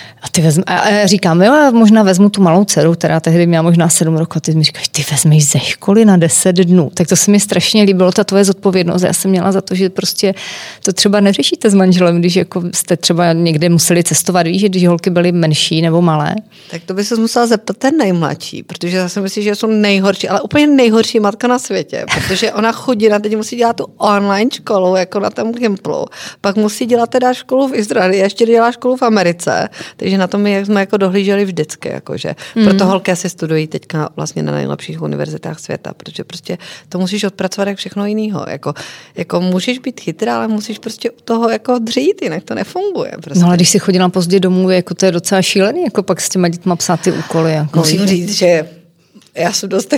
A: a já říkám, jo, já možná vezmu tu malou dceru, která tehdy měla možná 7 roků, a ty mi říkáš, ty vezmeš ze školy na 10 dnů. Tak to se mi strašně líbilo, ta tvoje zodpovědnost. Já jsem měla za to, že prostě to třeba neřešíte s manželem, když jako jste třeba někde museli cestovat, víš, že když holky byly menší nebo malé.
B: Tak to by se musela zeptat ten nejmladší, protože já si myslím, že jsou nejhorší, ale úplně nejhorší matka na světě, protože ona chodí na teď musí dělat tu online školu, jako na tom Gimplu, pak musí dělat teda školu v Izraeli, ještě dělá školu v Americe, takže na tom jsme jako dohlíželi vždycky, jakože. Proto holky asi studují teďka vlastně na nejlepších univerzitách světa, protože prostě to musíš odpracovat jak všechno jiného. Jako můžeš být chytrá, ale musíš prostě u toho jako dřít, jinak to nefunguje. Prostě.
A: No ale když jsi chodila pozdě domů, jako to je docela šílený, jako pak s těma dětma psát ty úkoly. Jako
B: musím říct, že já jsem dost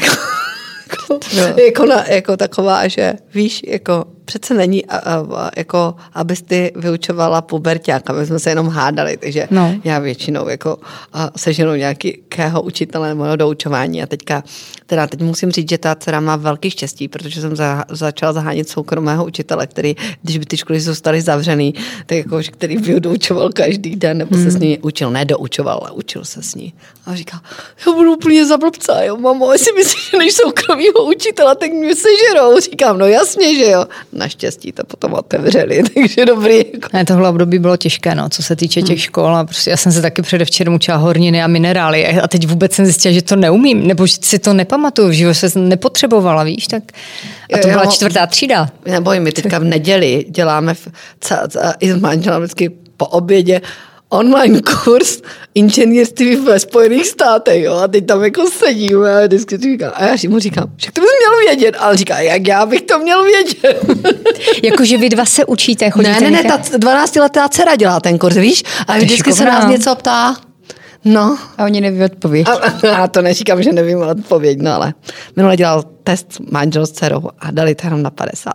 B: jako taková, že víš, jako přece není, jako, abys ty vyučovala puberťáka, my jsme se jenom hádali, takže já většinou jako seženu nějakého učitele nebo doučování a teď musím říct, že ta dcera má velký štěstí, protože jsem začala zahánět soukromého učitele, který, když by ty školy zůstaly zavřený, tak jako, který by ho doučoval každý den, nebo se s ní učil, nedoučoval, ale učil se s ní. A říká, já budu úplně za blbca, jo, mamo, jestli myslíš, že než soukromýho učitela, tak mě sežerou. Říkám, no jasně, že jo. Naštěstí to potom otevřeli, takže dobrý.
A: Ne, tohle období bylo těžké, no, co se týče těch škol. A prostě já jsem se taky předevčerem učila horniny a minerály a teď vůbec jsem zjistila, že to neumím, nebo že si to nepamatuju, v životě jsem nepotřebovala, víš, tak a to byla 4. třída.
B: Neboj, my teďka v neděli děláme i s manželem vždycky po obědě online kurz inženýrství ve Spojených státech, jo, a teď tam jako sedím a vždycky říkám, a já mu říkám, že to bys měl vědět, ale říká, jak já bych to měl vědět.
A: Jakože vy dva se učíte, chodíte?
B: Ne, ta 12letá dcera dělá ten kurz, víš, a vždycky se nás něco ptá. No.
C: A oni neví odpověď.
B: A to neříkám, že nevím odpověď, no ale minule dělal test manžel s dcerou a dali to jenom na 50%.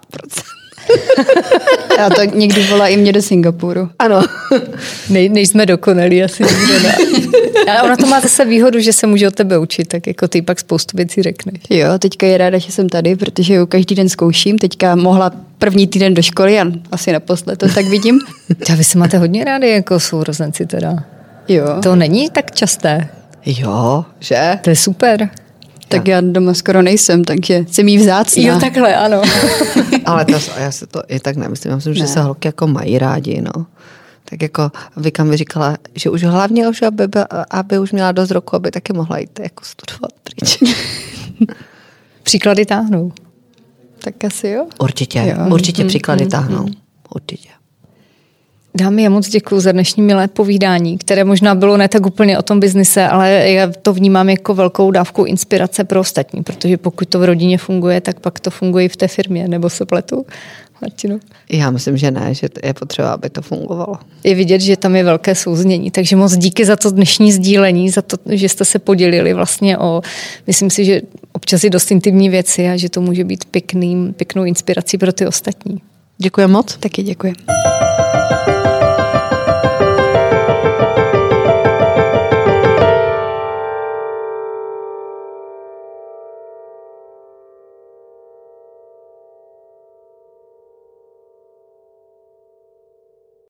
C: A to někdy volá i mě do Singapuru.
B: Ano.
A: Nejsme dokonalí asi nikdo, ne? Ale ona to má zase výhodu, že se může od tebe učit, tak jako ty pak spoustu věcí řekneš.
C: Jo, teďka je ráda, že jsem tady, protože ju každý den zkouším. Teďka mohla první týden do školy a asi naposled to tak vidím.
A: A vy se máte hodně rádi jako sourozenci teda.
C: Jo.
A: To není tak časté.
B: Jo, že?
A: To je super.
C: Tak já doma skoro nejsem, takže jsem jí vzácná.
A: Jo, takhle, ano.
B: Ale já se to i tak nemyslím. Já myslím, že se holky jako mají rádi, no. Tak jako Vika mi říkala, že už hlavně už, aby už měla dost roku, aby taky mohla jít jako studovat pryč.
A: Příklady táhnou.
C: Tak asi jo.
B: Určitě příklady táhnou. Určitě.
A: Dámy, já moc děkuju za dnešní milé povídání, které možná bylo ne tak úplně o tom biznise, ale já to vnímám jako velkou dávku inspirace pro ostatní, protože pokud to v rodině funguje, tak pak to funguje i v té firmě, nebo se pletu, Martinu?
B: Já myslím, že ne, že je potřeba, aby to fungovalo.
A: Je vidět, že tam je velké souznění, takže moc díky za to dnešní sdílení, za to, že jste se podělili vlastně o, myslím si, že občas i dost intimní věci a že to může být pěknou inspirací pro ty ostatní.
B: Děkuji moc.
C: Taky děkuji.